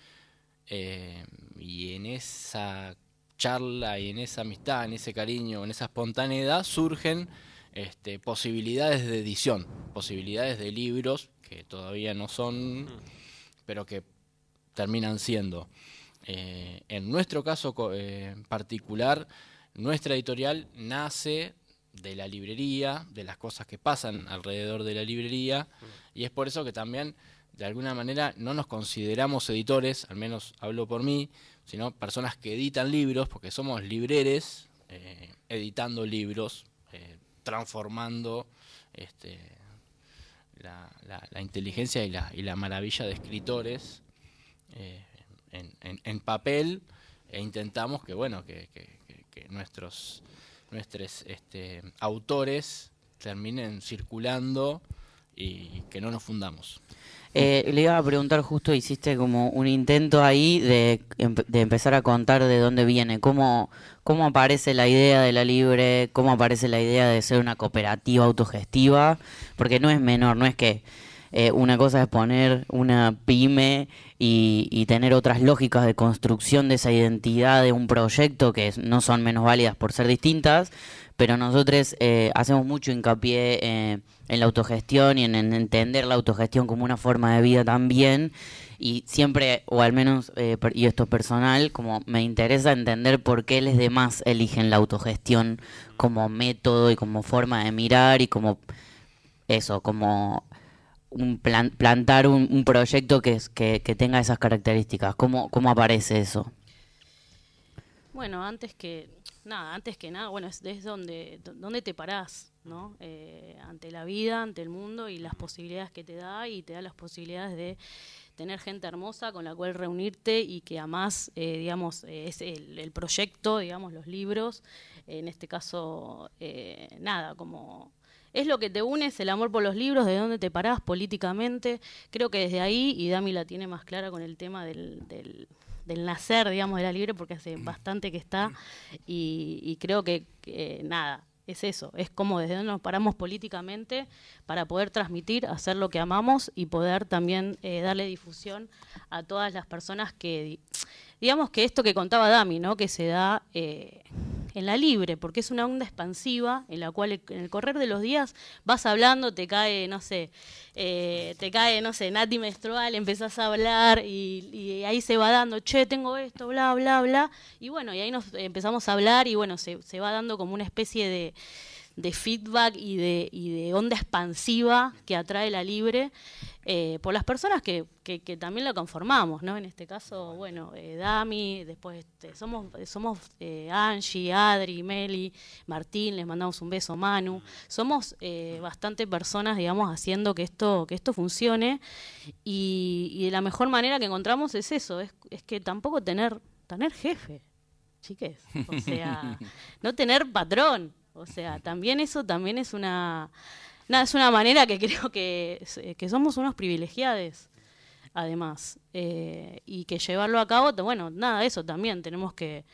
y en esa charla y en esa amistad, en ese cariño, en esa espontaneidad surgen posibilidades de edición, posibilidades de libros que todavía no son, pero que terminan siendo. En nuestro caso particular, nuestra editorial nace de la librería, de las cosas que pasan alrededor de la librería, y es por eso que también, de alguna manera, no nos consideramos editores, al menos hablo por mí, sino personas que editan libros, porque somos libreres, editando libros, transformando la inteligencia y la maravilla de escritores en papel, e intentamos que, bueno, que nuestros autores terminen circulando y que no nos fundamos. Le iba a preguntar, justo hiciste como un intento ahí de empezar a contar de dónde viene, cómo aparece la idea de la Libre, cómo aparece la idea de ser una cooperativa autogestiva, porque no es menor, no es que una cosa es poner una pyme y tener otras lógicas de construcción de esa identidad de un proyecto que no son menos válidas por ser distintas, pero nosotros hacemos mucho hincapié en la autogestión y en entender la autogestión como una forma de vida también, y siempre, o al menos, y esto es personal, como me interesa entender por qué los demás eligen la autogestión como método y como forma de mirar y como eso, como plantar un proyecto que tenga esas características. ¿Cómo aparece eso? Bueno, antes que nada, bueno, es donde te parás, ¿no? Ante la vida, ante el mundo y las posibilidades que te da, y te da las posibilidades de tener gente hermosa con la cual reunirte, y que además, digamos, es el proyecto, digamos, los libros, en este caso, nada, como... Es lo que te une, es el amor por los libros, de dónde te parás políticamente. Creo que desde ahí, y Dami la tiene más clara con el tema del nacer, digamos, de la Libre, porque hace bastante que está, y creo que nada, es eso, es como desde donde nos paramos políticamente para poder transmitir, hacer lo que amamos y poder también darle difusión a todas las personas que, digamos que esto que contaba Dami, ¿no? Que se da en la libre, porque es una onda expansiva en la cual en el correr de los días vas hablando, te cae, no sé, Nati menstrual, empezás a hablar y ahí se va dando, che, tengo esto, bla, bla, bla, y bueno, y ahí nos empezamos a hablar y bueno, se va dando como una especie de feedback y de onda expansiva que atrae la libre por las personas que también la conformamos, ¿no? En este caso, bueno, Dami, después somos Angie, Adri, Meli, Martín, les mandamos un beso, Manu. Somos bastante personas, digamos, haciendo que esto funcione y de la mejor manera que encontramos es eso, es que tampoco tener jefe, chiques, o sea, no tener patrón. O sea, también eso también es una manera que creo que somos unos privilegiados, además, y que llevarlo a cabo, bueno, nada, eso también, tenemos que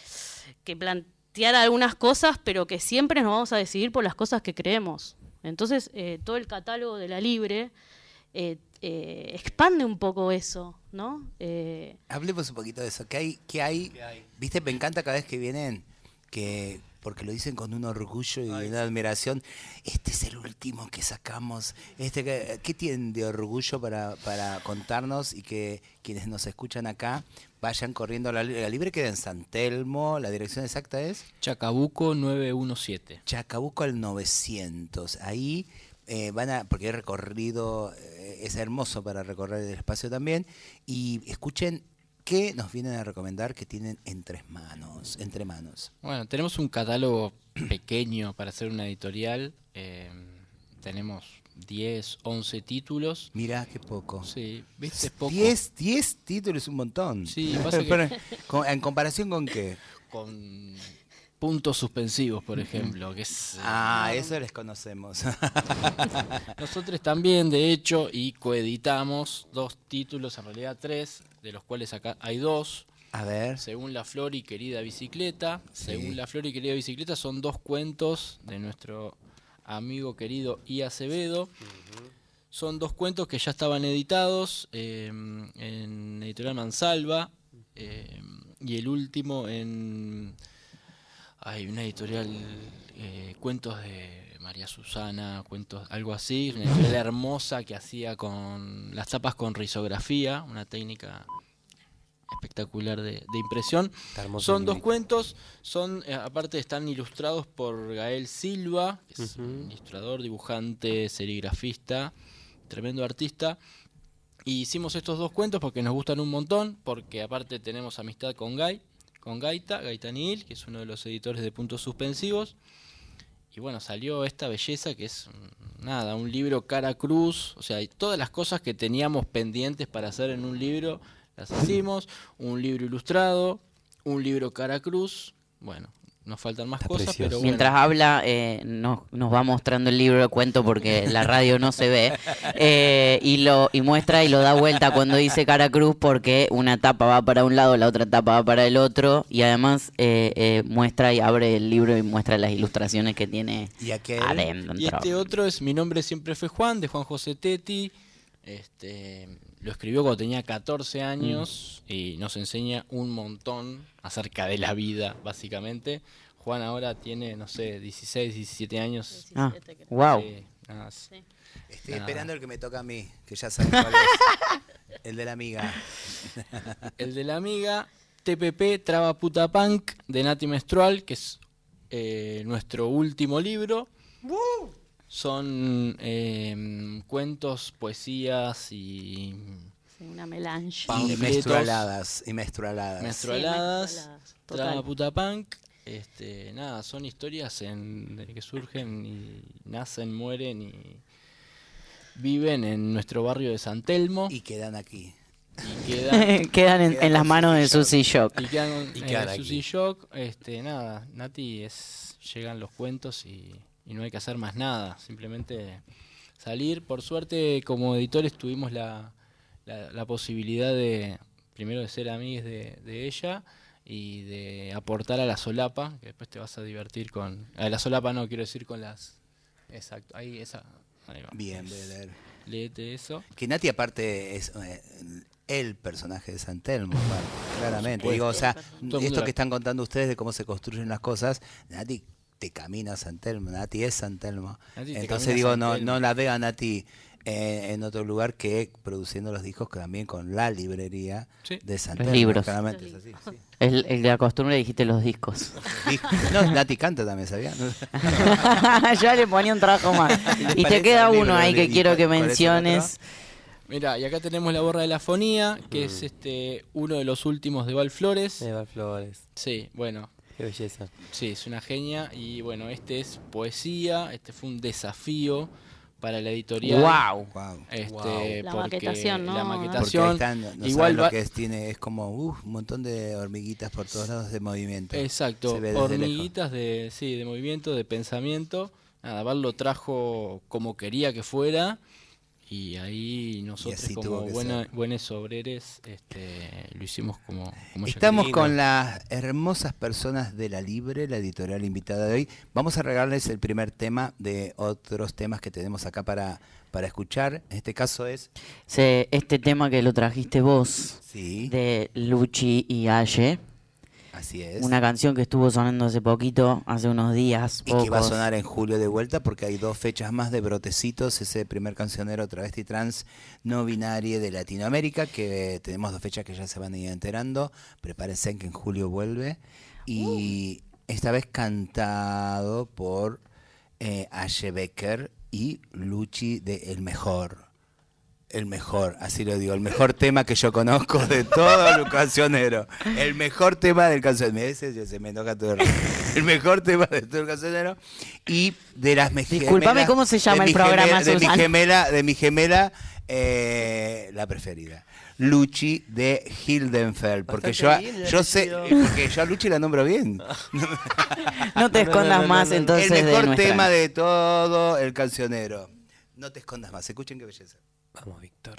plantear algunas cosas, pero que siempre nos vamos a decidir por las cosas que creemos. Entonces, todo el catálogo de la libre expande un poco eso, ¿no? Hablemos un poquito de eso. ¿Qué hay? Viste, me encanta cada vez que vienen porque lo dicen con un orgullo y una admiración. Este es el último que sacamos. ¿Qué tienen de orgullo para contarnos y que quienes nos escuchan acá vayan corriendo a la libre? Queda en San Telmo. ¿La dirección exacta es? Chacabuco 917. Chacabuco al 900. Ahí porque he recorrido, es hermoso para recorrer el espacio también. Y escuchen ¿qué nos vienen a recomendar que tienen entre manos? Bueno, tenemos un catálogo pequeño para hacer una editorial. Tenemos 10, 11 títulos. Mirá, qué poco. Sí, ¿viste? Es poco. 10 títulos es un montón. Sí, pasa que ¿en comparación con qué? Con puntos suspensivos, por ejemplo. Que es, eso les conocemos. Nosotros también, de hecho, y coeditamos 2 títulos, en realidad 3, de los cuales acá hay 2. A ver. Según la Flor y Querida Bicicleta. Sí. Según la Flor y Querida Bicicleta son 2 cuentos de nuestro amigo querido I. Acevedo. Son 2 cuentos que ya estaban editados en Editorial Mansalva y el último en una editorial, cuentos de María Susana, cuentos, algo así, una editorial hermosa que hacía con las tapas con risografía, una técnica espectacular de impresión. Son 2 cuentos, aparte están ilustrados por Gael Silva, que es un ilustrador, dibujante, serigrafista, tremendo artista. Y hicimos estos 2 cuentos porque nos gustan un montón, porque aparte tenemos amistad con Gaitanil, que es uno de los editores de Puntos Suspensivos. Y bueno, salió esta belleza que es un libro cara cruz, o sea, todas las cosas que teníamos pendientes para hacer en un libro las hicimos, un libro ilustrado, un libro cara cruz, bueno, nos faltan más cosas, precioso. pero bueno. Mientras habla, nos va mostrando el libro de cuento porque la radio no se ve, y muestra y lo da vuelta cuando dice cara cruz porque una tapa va para un lado, la otra tapa va para el otro, y además muestra y abre el libro y muestra las ilustraciones que tiene adentro. Y este otro es Mi nombre siempre fue Juan, de Juan José Tetti. Lo escribió cuando tenía 14 años y nos enseña un montón acerca de la vida, básicamente. Juan ahora tiene, no sé, 16, 17 años. Wow. Sí. Estoy esperando el que me toca a mí, que ya saben cuál es. El de la amiga. El de la amiga, TPP, Traba Puta Punk, de Nati Menstrual, que es nuestro último libro. Son cuentos, poesías y una melange. Y menstrualadas. Traba Puta Punk. Son historias que surgen y nacen, mueren y viven en nuestro barrio de San Telmo. Y quedan aquí. Quedan en las manos de Susi Shock. Y quedan en Susi Shock. Nati llegan los cuentos y no hay que hacer más nada, simplemente salir. Por suerte, como editores tuvimos la posibilidad de, primero, de ser amigos de ella y de aportar a la solapa, que después te vas a divertir con... A la solapa no, quiero decir con las... Exacto, ahí esa... Ahí va. Bien, voy a leer. Léete eso. Que Nati aparte es el personaje de San Telmo, claramente. Digo, o sea, esto que están contando ustedes de cómo se construyen las cosas, Nati te camina a San Telmo, Nati es San Telmo. Entonces digo, no la veo a Nati en otro lugar que produciendo los discos también con la librería de San Telmo. Los libros. Claramente es así, sí. El de la costumbre dijiste los discos. No, Nati canta también, ¿sabías? Ya le ponía un trabajo más. Y te queda uno ahí que quiero que menciones. Mira, y acá tenemos La Borra de la Fonía, que es uno de los últimos de Val Flores. De Val Flores. Sí, bueno. Qué belleza. Sí, es una genia. Y bueno, este es poesía. Este fue un desafío para la editorial. ¡Wow! La maquetación, ¿no? La maquetación. Porque ahí están, igual lo que es como un montón de hormiguitas por todos lados de movimiento. Exacto, hormiguitas de movimiento, de pensamiento. Nada, Val lo trajo como quería que fuera. Y ahí nosotros como buenos obreros lo hicimos como estamos con las hermosas personas de La Libre, la editorial invitada de hoy. Vamos a regalarles el primer tema de otros temas que tenemos acá para escuchar. En este caso es... Este tema que lo trajiste vos, de Luchi y Aye. Así es. Una canción que estuvo sonando hace poquito, hace unos días. Y que va a sonar en julio de vuelta porque hay 2 fechas más de Brotecitos, ese primer cancionero travesti trans no binario de Latinoamérica, que tenemos 2 fechas que ya se van a ir enterando. Prepárense que en julio vuelve. Y esta vez cantado por Aye Becker y Luchi de El Mejor. El mejor, así lo digo, el mejor tema que yo conozco de todo el cancionero. El mejor tema del cancionero. Ese se me toca todo el mejor tema de todo el cancionero. Y de las gemelas. Disculpame, ¿cómo se llama el programa, de mi gemela, la preferida. Luchi de Hildenfeld. Porque yo sé, porque yo a Luchi la nombro bien. No te escondas más entonces. El mejor tema de todo el cancionero. No te escondas más, escuchen qué belleza. Vamos, Víctor.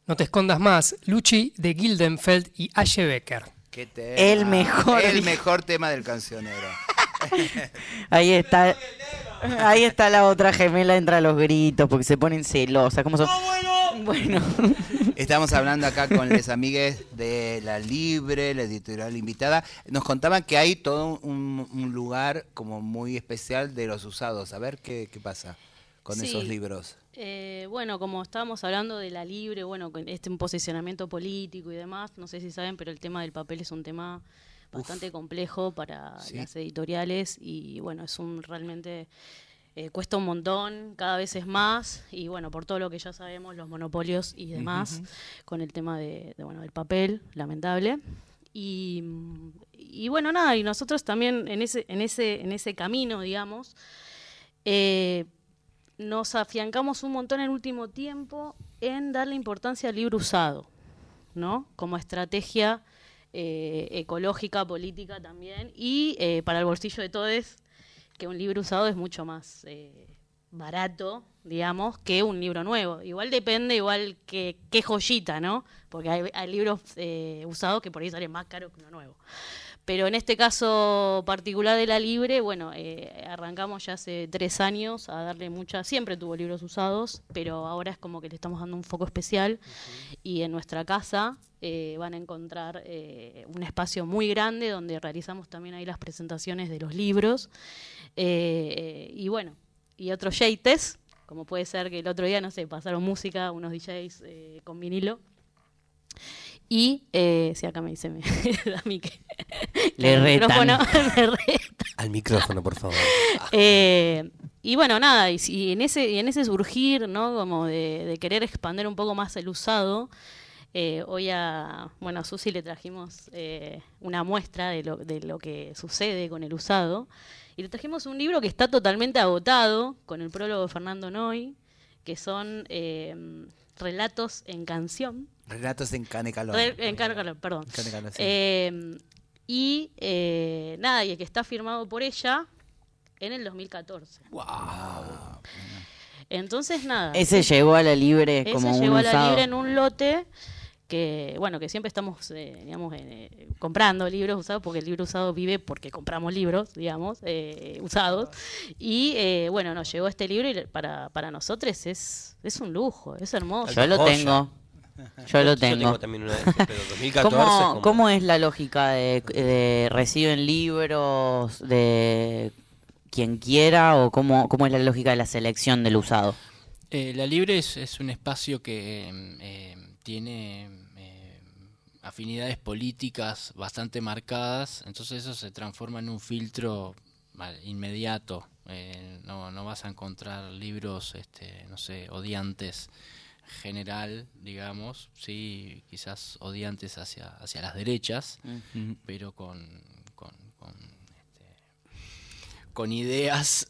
No te escondas más, Luchi de Gildenfeld y Ashe Becker. ¿Qué tema? El mejor. El mejor tema del cancionero. Ahí está la otra gemela, entra a los gritos porque se ponen celosas. ¿Cómo son? Bueno. Estamos hablando acá con les amigues de La Libre, la editorial invitada. Nos contaban que hay todo un lugar como muy especial de los usados. A ver qué pasa con esos libros. Bueno, como estábamos hablando de La Libre, bueno, con un posicionamiento político y demás, no sé si saben, pero el tema del papel es un tema bastante complejo para las editoriales y bueno, realmente cuesta un montón, cada vez es más y bueno, por todo lo que ya sabemos, los monopolios y demás, con el tema del papel, lamentable. Y bueno, nada, y nosotros también en ese camino, digamos, nos afiancamos un montón en el último tiempo en darle importancia al libro usado, ¿no? Como estrategia ecológica, política también, y para el bolsillo de todos, que un libro usado es mucho más barato, digamos, que un libro nuevo. Igual depende, que qué joyita, ¿no? Porque hay libros usados que por ahí salen más caros que uno nuevo. Pero en este caso particular de La Libre, bueno, arrancamos ya hace 3 años a darle siempre tuvo libros usados, pero ahora es como que le estamos dando un foco especial y en nuestra casa van a encontrar un espacio muy grande donde realizamos también ahí las presentaciones de los libros y bueno, y otros yates, como puede ser que el otro día, no sé, pasaron música, unos DJs con vinilo. Y, sí, acá me dice a mí que le retan. Al micrófono, por favor. Y bueno, nada, y en ese surgir, ¿no? Como de querer expandir un poco más el usado, hoy a Susi le trajimos una muestra de lo que sucede con el usado. Y le trajimos un libro que está totalmente agotado, con el prólogo de Fernando Noy, que son relatos en canción. Relatos en Canecalón. Perdón. Canecalón, sí. Y el que está firmado por ella en el 2014. ¡Wow! Entonces, nada. Ese llegó a La Libre como un usado. Ese llegó a La Libre en un lote que siempre estamos, comprando libros usados, porque el libro usado vive porque compramos libros, digamos, usados. Y, nos llegó este libro y para nosotros es un lujo, es hermoso. Yo lo tengo. Yo tengo también una de esas, pero 2014 ¿Cómo es la lógica de reciben libros de quien quiera o cómo es la lógica de la selección del usado? La Libre es un espacio que tiene afinidades políticas bastante marcadas, entonces eso se transforma en un filtro inmediato. No vas a encontrar libros, odiantes general, digamos, sí, quizás odiantes hacia las derechas, pero con ideas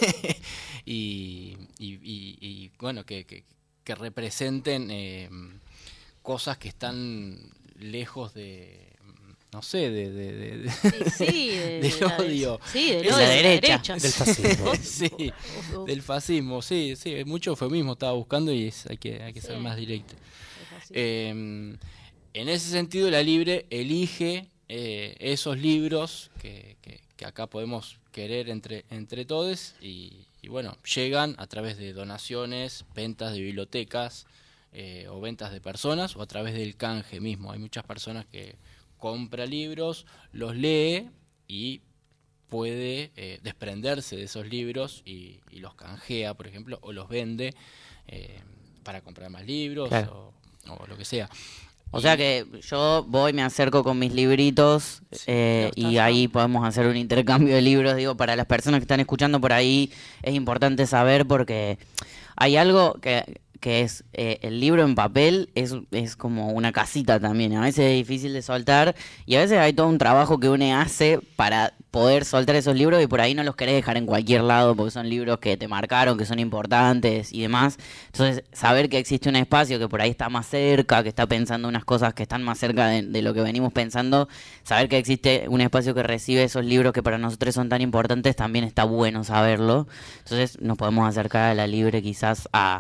y bueno, que representen cosas que están lejos de del odio, de la derecha, del fascismo. Sí, del fascismo, sí, mucho eufemismo estaba buscando y hay que ser más directo. En ese sentido, La Libre elige esos libros que acá podemos querer entre todos y bueno, llegan a través de donaciones, ventas de bibliotecas o ventas de personas o a través del canje mismo. Hay muchas personas que compra libros, los lee y puede desprenderse de esos libros y los canjea, por ejemplo, o los vende para comprar más libros, claro, o lo que sea. O sea que yo me acerco con mis libritos y ahí podemos hacer un intercambio de libros. Digo, para las personas que están escuchando por ahí es importante saber porque hay algo que es el libro en papel es como una casita también, a veces es difícil de soltar y a veces hay todo un trabajo que uno hace para poder soltar esos libros y por ahí no los querés dejar en cualquier lado porque son libros que te marcaron, que son importantes y demás. Entonces saber que existe un espacio que por ahí está más cerca, que está pensando unas cosas que están más cerca de lo que venimos pensando, saber que existe un espacio que recibe esos libros que para nosotros son tan importantes también está bueno saberlo. Entonces nos podemos acercar a La Libre quizás a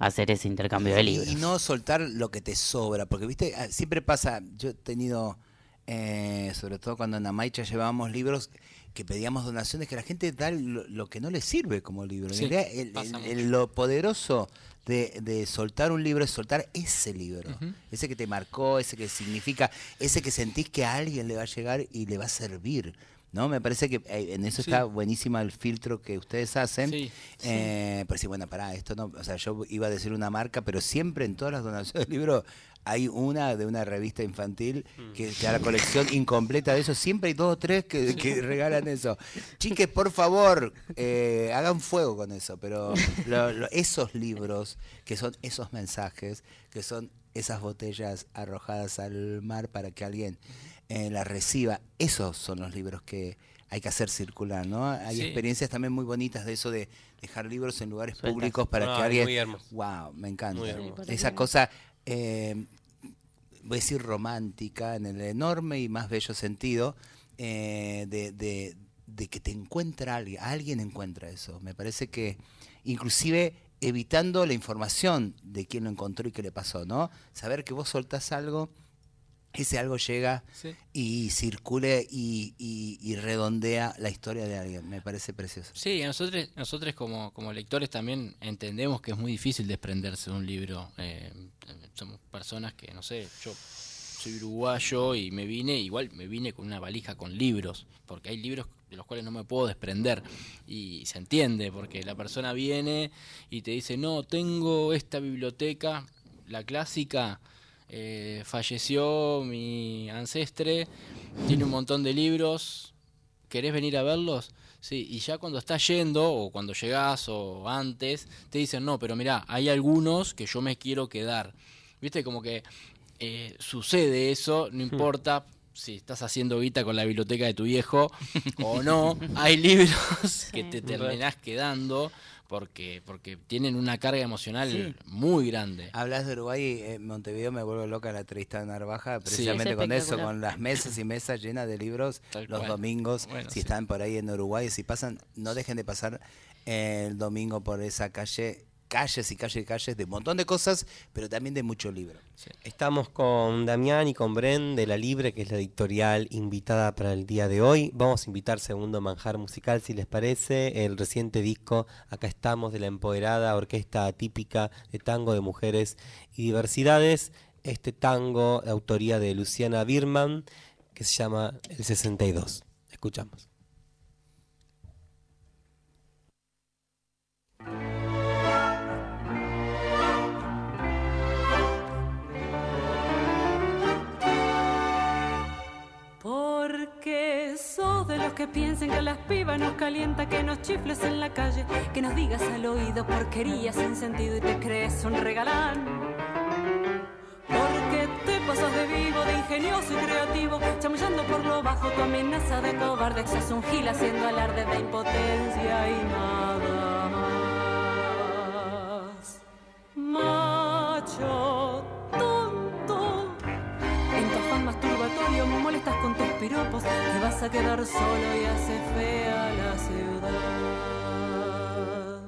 hacer ese intercambio de libros. Y no soltar lo que te sobra, porque viste, siempre pasa, yo he tenido, sobre todo cuando en Amaicha llevábamos libros, que pedíamos donaciones, que la gente da lo que no le sirve como libro. Sí, En realidad, lo poderoso de soltar un libro es soltar ese libro, ese que te marcó, ese que significa, ese que sentís que a alguien le va a llegar y le va a servir. ¿No? Me parece que en eso está buenísima el filtro que ustedes hacen. Pero sí, bueno, pará, esto no, o sea, yo iba a decir una marca, pero siempre en todas las donaciones de libros hay una de una revista infantil que da la colección incompleta de eso. Siempre hay 2 o 3 que regalan eso. Chiques, por favor, hagan fuego con eso, pero esos libros, que son esos mensajes, que son esas botellas arrojadas al mar para que alguien las reciba, esos son los libros que hay que hacer circular, ¿no? Hay experiencias también muy bonitas de eso de dejar libros en lugares públicos para que alguien... Muy hermoso. Wow, me encanta. Sí, esa cosa, voy a decir romántica, en el enorme y más bello sentido, de que te encuentra alguien encuentra eso. Me parece que inclusive evitando la información de quién lo encontró y qué le pasó, ¿no? Saber que vos soltás algo, ese algo llega y circule y redondea la historia de alguien. Me parece precioso. Sí, nosotros como lectores también entendemos que es muy difícil desprenderse de un libro. Somos personas que, no sé, yo soy uruguayo y me vine con una valija con libros, porque hay libros de los cuales no me puedo desprender, y se entiende, porque la persona viene y te dice, no, tengo esta biblioteca, la clásica, falleció mi ancestre, tiene un montón de libros, ¿querés venir a verlos? Sí, y ya cuando estás yendo, o cuando llegás, o antes, te dicen, no, pero mirá, hay algunos que yo me quiero quedar. ¿Viste? Como que sucede eso, no importa si estás haciendo guita con la biblioteca de tu viejo o no, hay libros que te terminás quedando porque tienen una carga emocional muy grande. Hablas de Uruguay y en Montevideo me vuelvo loca la entrevista de Narvaja, precisamente con eso, con las mesas y mesas llenas de libros los domingos. Bueno, si están por ahí en Uruguay, si pasan, no dejen de pasar el domingo por esa calle. Calles y calles y calles de un montón de cosas, pero también de mucho libro. Sí. Estamos con Damián y con Bren de La Libre, que es la editorial invitada para el día de hoy. Vamos a invitar segundo manjar musical, si les parece, el reciente disco Acá estamos, de la empoderada orquesta atípica de tango de mujeres y diversidades. Este tango de autoría de Luciana Birman, que se llama El 62. Escuchamos. Porque sos de los que piensan que las pibas nos calienta, que nos chifles en la calle, que nos digas al oído porquerías sin sentido y te crees un regalán. Porque te pasas de vivo, de ingenioso y creativo, chamullando por lo bajo tu amenaza de cobarde, sos un gil haciendo alarde de impotencia y nada más. Macho tonto, en tu afán masturbatorio me molestas con tus piropos, te vas a quedar solo y hace fea la ciudad.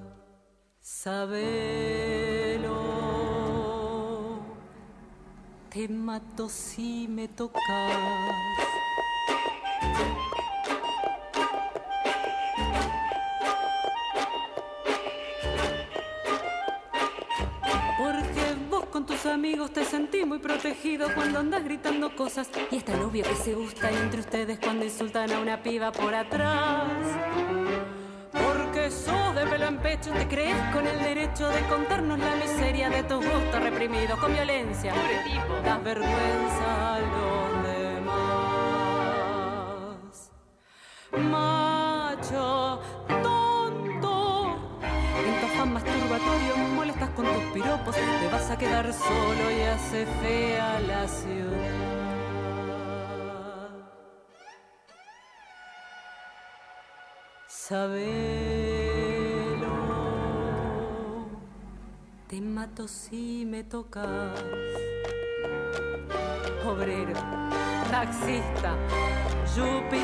Sabelo, te mato si me tocas. Porque vos con tus amigos te sentís muy protegido cuando andas gritando cosas, y es tan obvio que se gusta entre ustedes cuando insultan a una piba por atrás. Porque sos de pelo en pecho, te crees con el derecho de contarnos la miseria de tus gustos reprimidos con violencia. Das vergüenza a los demás. Macho tonto, en tu afán masturbatorio molestas con tus piropos, te vas a quedar solo y hace fea la ciudad. Sabelo, te mato si me tocas. Obrero, taxista, yupi,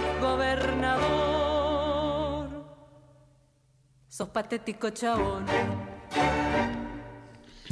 gobernador, sos patético chabón.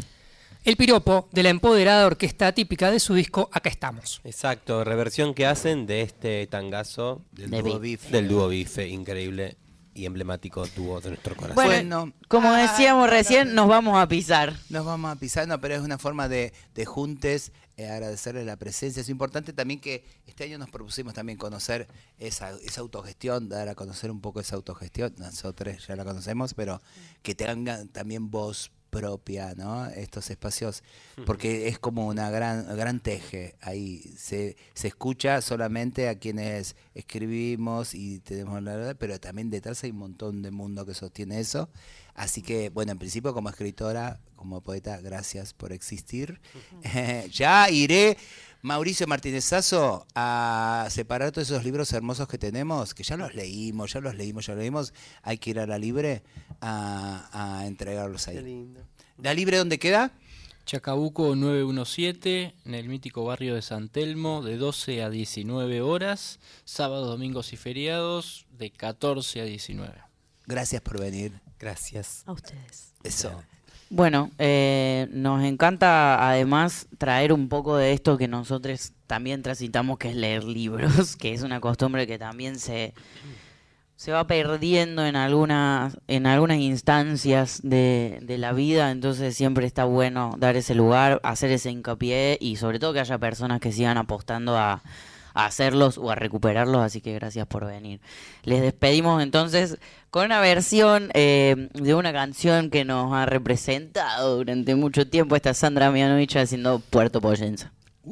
el piropo de la empoderada orquesta típica de su disco Acá estamos. Exacto, reversión que hacen de este tangazo del dúo Bife, increíble y emblemático dúo de nuestro corazón. Bueno, como decíamos recién, nos vamos a pisar. Nos vamos a pisar, no, pero es una forma de juntes, agradecerle la presencia. Es importante también que este año nos propusimos también conocer esa autogestión, dar a conocer un poco esa autogestión. Nosotros ya la conocemos, pero que tengan también voz propia, ¿no? Estos espacios, porque es como una gran teje ahí. Se escucha solamente a quienes escribimos y tenemos la verdad, pero también detrás hay un montón de mundo que sostiene eso. Así que, bueno, en principio como escritora, como poeta, gracias por existir. Ya iré, Mauricio Martínez-Sazo, a separar todos esos libros hermosos que tenemos, que ya los leímos. Hay que ir a la Libre a entregarlos ahí. Qué lindo. ¿La Libre dónde queda? Chacabuco 917, en el mítico barrio de San Telmo, de 12 a 19 horas, sábados, domingos y feriados, de 14 a 19. Gracias por venir. Gracias. A ustedes. Eso. Bueno, nos encanta además traer un poco de esto que nosotros también transitamos, que es leer libros, que es una costumbre que también se va perdiendo en algunas instancias de la vida, entonces siempre está bueno dar ese lugar, hacer ese hincapié y sobre todo que haya personas que sigan apostando a hacerlos o a recuperarlos, así que gracias por venir. Les despedimos entonces con una versión de una canción que nos ha representado durante mucho tiempo, esta Sandra Mianovich haciendo Puerto Poyenza.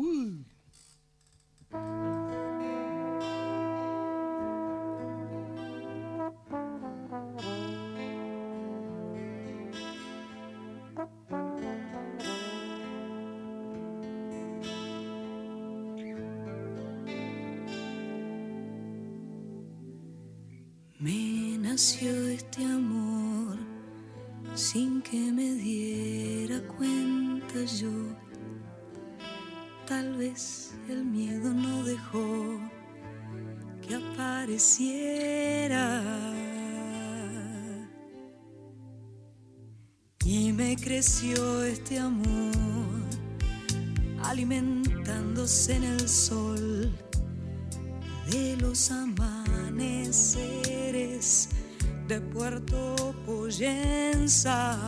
Me nació este amor sin que me diera cuenta yo. Tal vez el miedo no dejó que apareciera. Y me creció este amor alimentándose en el sol de los amaneceres de Puerto Poyenza.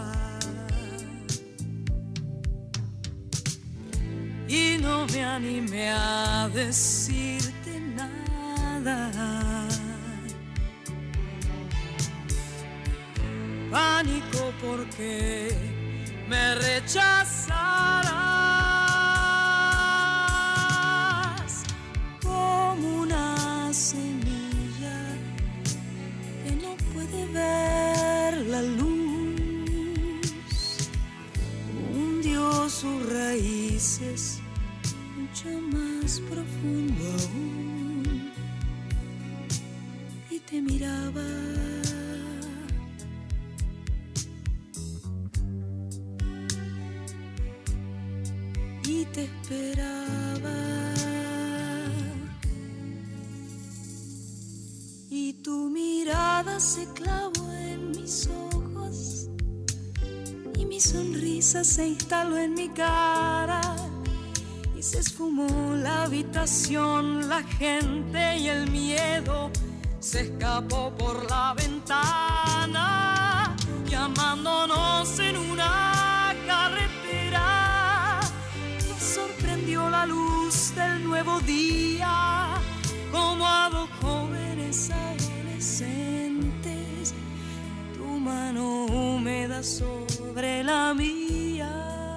Y no me animé a decirte nada. Pánico porque me rechazarás como una semilla que no puede ver la luz. Hundió sus raíces mucho más profundo aún y te miraba. Y te esperaba. Y tu mirada se clavó en mis ojos y mi sonrisa se instaló en mi cara y se esfumó la habitación, la gente y el miedo se escapó por la ventana, llamándonos en una carretera. Nos sorprendió la luz del nuevo día, como a dos jóvenes adolescentes, tu mano húmeda sobre la mía.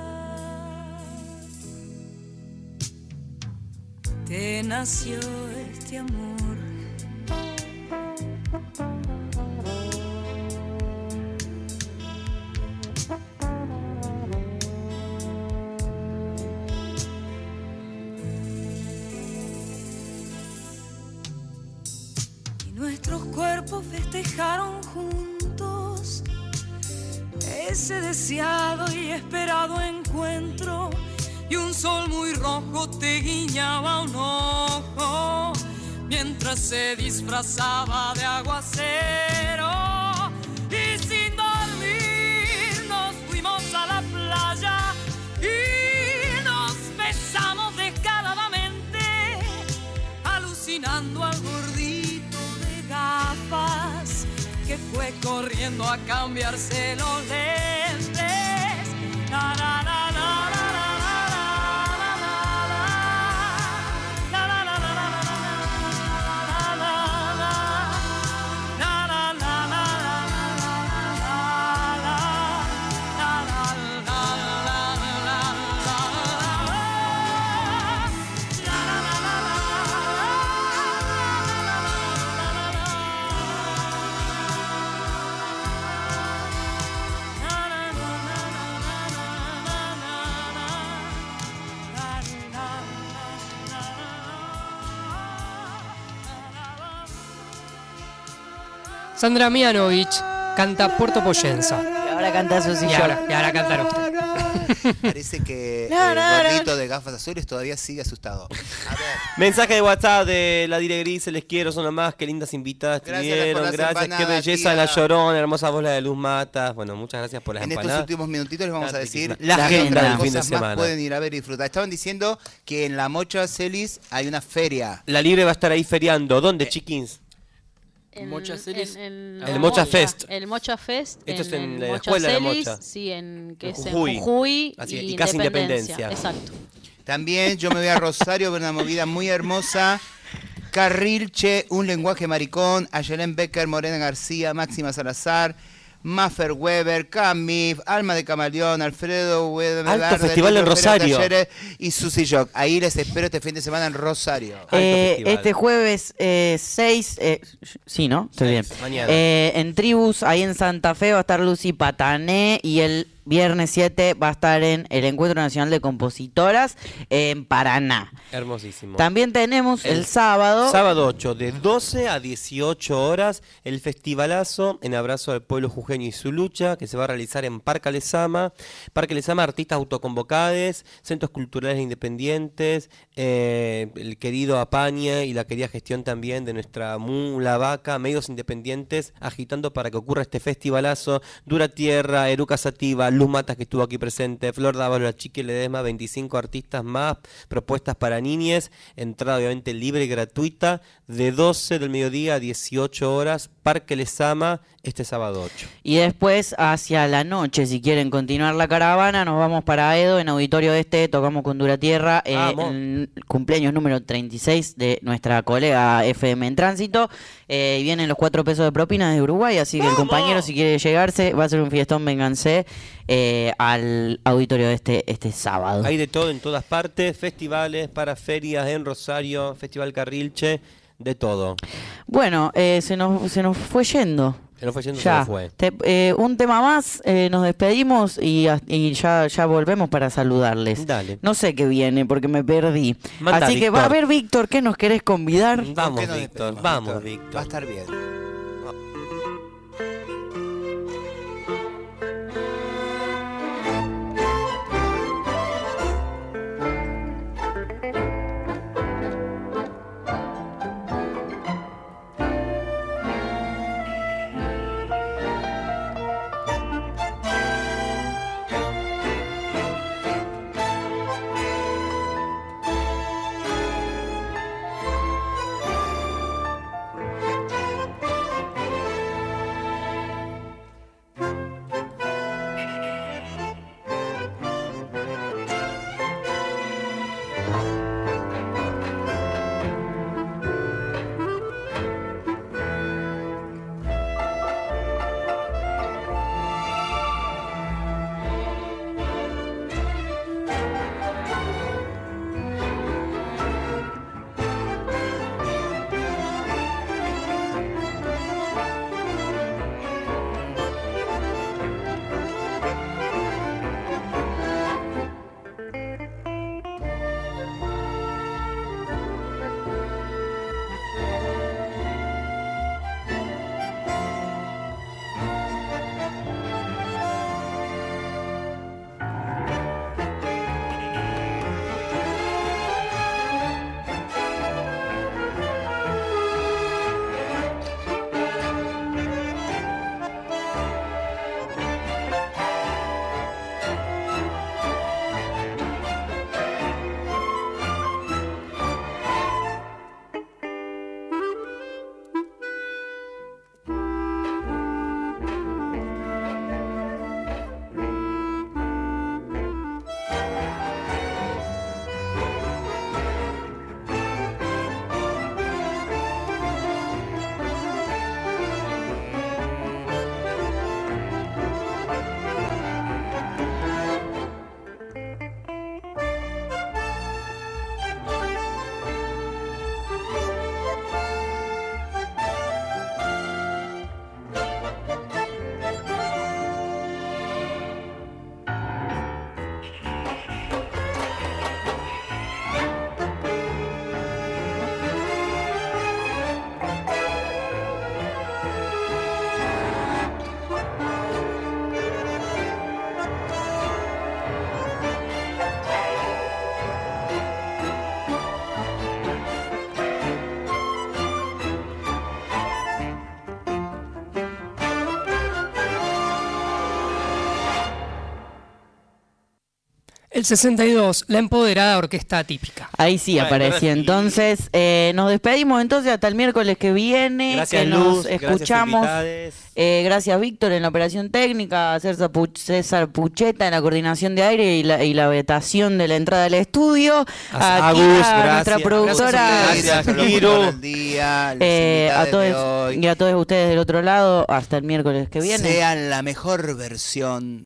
Te nació este amor. Nuestros cuerpos festejaron juntos ese deseado y esperado encuentro, y un sol muy rojo te guiñaba un ojo mientras se disfrazaba de aguacero. Y sin dormir nos fuimos a la playa y buscando al gordito de gafas que fue corriendo a cambiarse los lentes. La, la, la, la, la, la, Sandra Mianovich canta Puerto Poyenza. Y ahora canta Susi Y Shock. ahora cantan ustedes. Parece que el gordito de gafas azules todavía sigue asustado. A ver. Mensaje de WhatsApp de la Dire Gris, les quiero, son nomás, qué lindas invitadas Gracias tuvieron, por las gracias, qué empanadas, belleza tía. La Llorona, hermosa voz la de Luz Matas, bueno, muchas gracias por las En empanadas. estos últimos minutitos les vamos a decir La qué agenda otras del fin de cosas más semana. pueden ir a ver y disfrutar. Estaban diciendo que en la Mocha Celis hay una feria. La Libre va a estar ahí feriando, ¿dónde, chiquins? Mocha Celis. El Mocha Fest. El Mocha Fest. Esto es en la Mocha escuela de Celis, Mocha. Sí, que En es Jujuy. en Jujuy Así es, y y casi Independencia. Exacto. También yo me voy a Rosario a ver una movida muy hermosa. Carrilche, un lenguaje maricón. Ayelén Becker, Morena García, Máxima Salazar, Maffer Weber, Camif, Alma de Camaleón, Alfredo Weber, Alto festival en Rosario. Y Susi Shock. Ahí les espero este fin de semana en Rosario. Este jueves 6, sí, ¿no? Estoy bien. mañana. En Tribus, ahí en Santa Fe, va a estar Lucy Patané y el viernes 7 va a estar en el Encuentro Nacional de Compositoras en Paraná. Hermosísimo. También tenemos el sábado. Sábado 8, de 12 a 18 horas, el festivalazo en abrazo al pueblo jujeño y su lucha, que se va a realizar en Parque Lezama. Parque Lezama, artistas autoconvocados, centros culturales independientes, el querido Apaña y la querida gestión también de nuestra La Vaca, medios independientes, agitando para que ocurra este festivalazo. Dura Tierra, Eruca Sativa, Luz Matas, que estuvo aquí presente, Flor Dávalo, La Chique Ledesma, 25 artistas más, propuestas para niñes, entrada obviamente libre y gratuita, de 12 del mediodía a 18 horas, Parque Lezama, este sábado 8. Y después, hacia la noche, si quieren continuar la caravana, nos vamos para Edo, en Auditorio Este, tocamos con Dura Tierra, en el cumpleaños número 36 de nuestra colega FM en Tránsito, y vienen los 4 pesos de propina de Uruguay, así que el compañero, si quiere llegarse, va a ser un fiestón, vénganse al Auditorio este sábado. Hay de todo en todas partes, festivales, para ferias en Rosario, Festival Carrilche, de todo. Bueno, se nos fue yendo. Se nos fue yendo, Ya. se nos fue. Un tema más, nos despedimos y ya volvemos para saludarles. Dale. No sé qué viene porque me perdí. Manda, Así que Víctor. va a ver, Víctor, ¿qué nos querés convidar? Vamos, nos Víctor, despedimos, vamos, Víctor? Víctor. Va a estar bien. El 62, la empoderada orquesta típica. Ahí sí aparecía. Entonces, nos despedimos entonces hasta el miércoles que viene. Gracias, que Luz, nos gracias, escuchamos. invitades. Gracias, Víctor, en la operación técnica, César Pucheta en la coordinación de aire y la vetación de la entrada al estudio. Aquí nuestra productora. Gracias, Giro. A todos y a todos ustedes del otro lado, hasta el miércoles que viene. Sean la mejor versión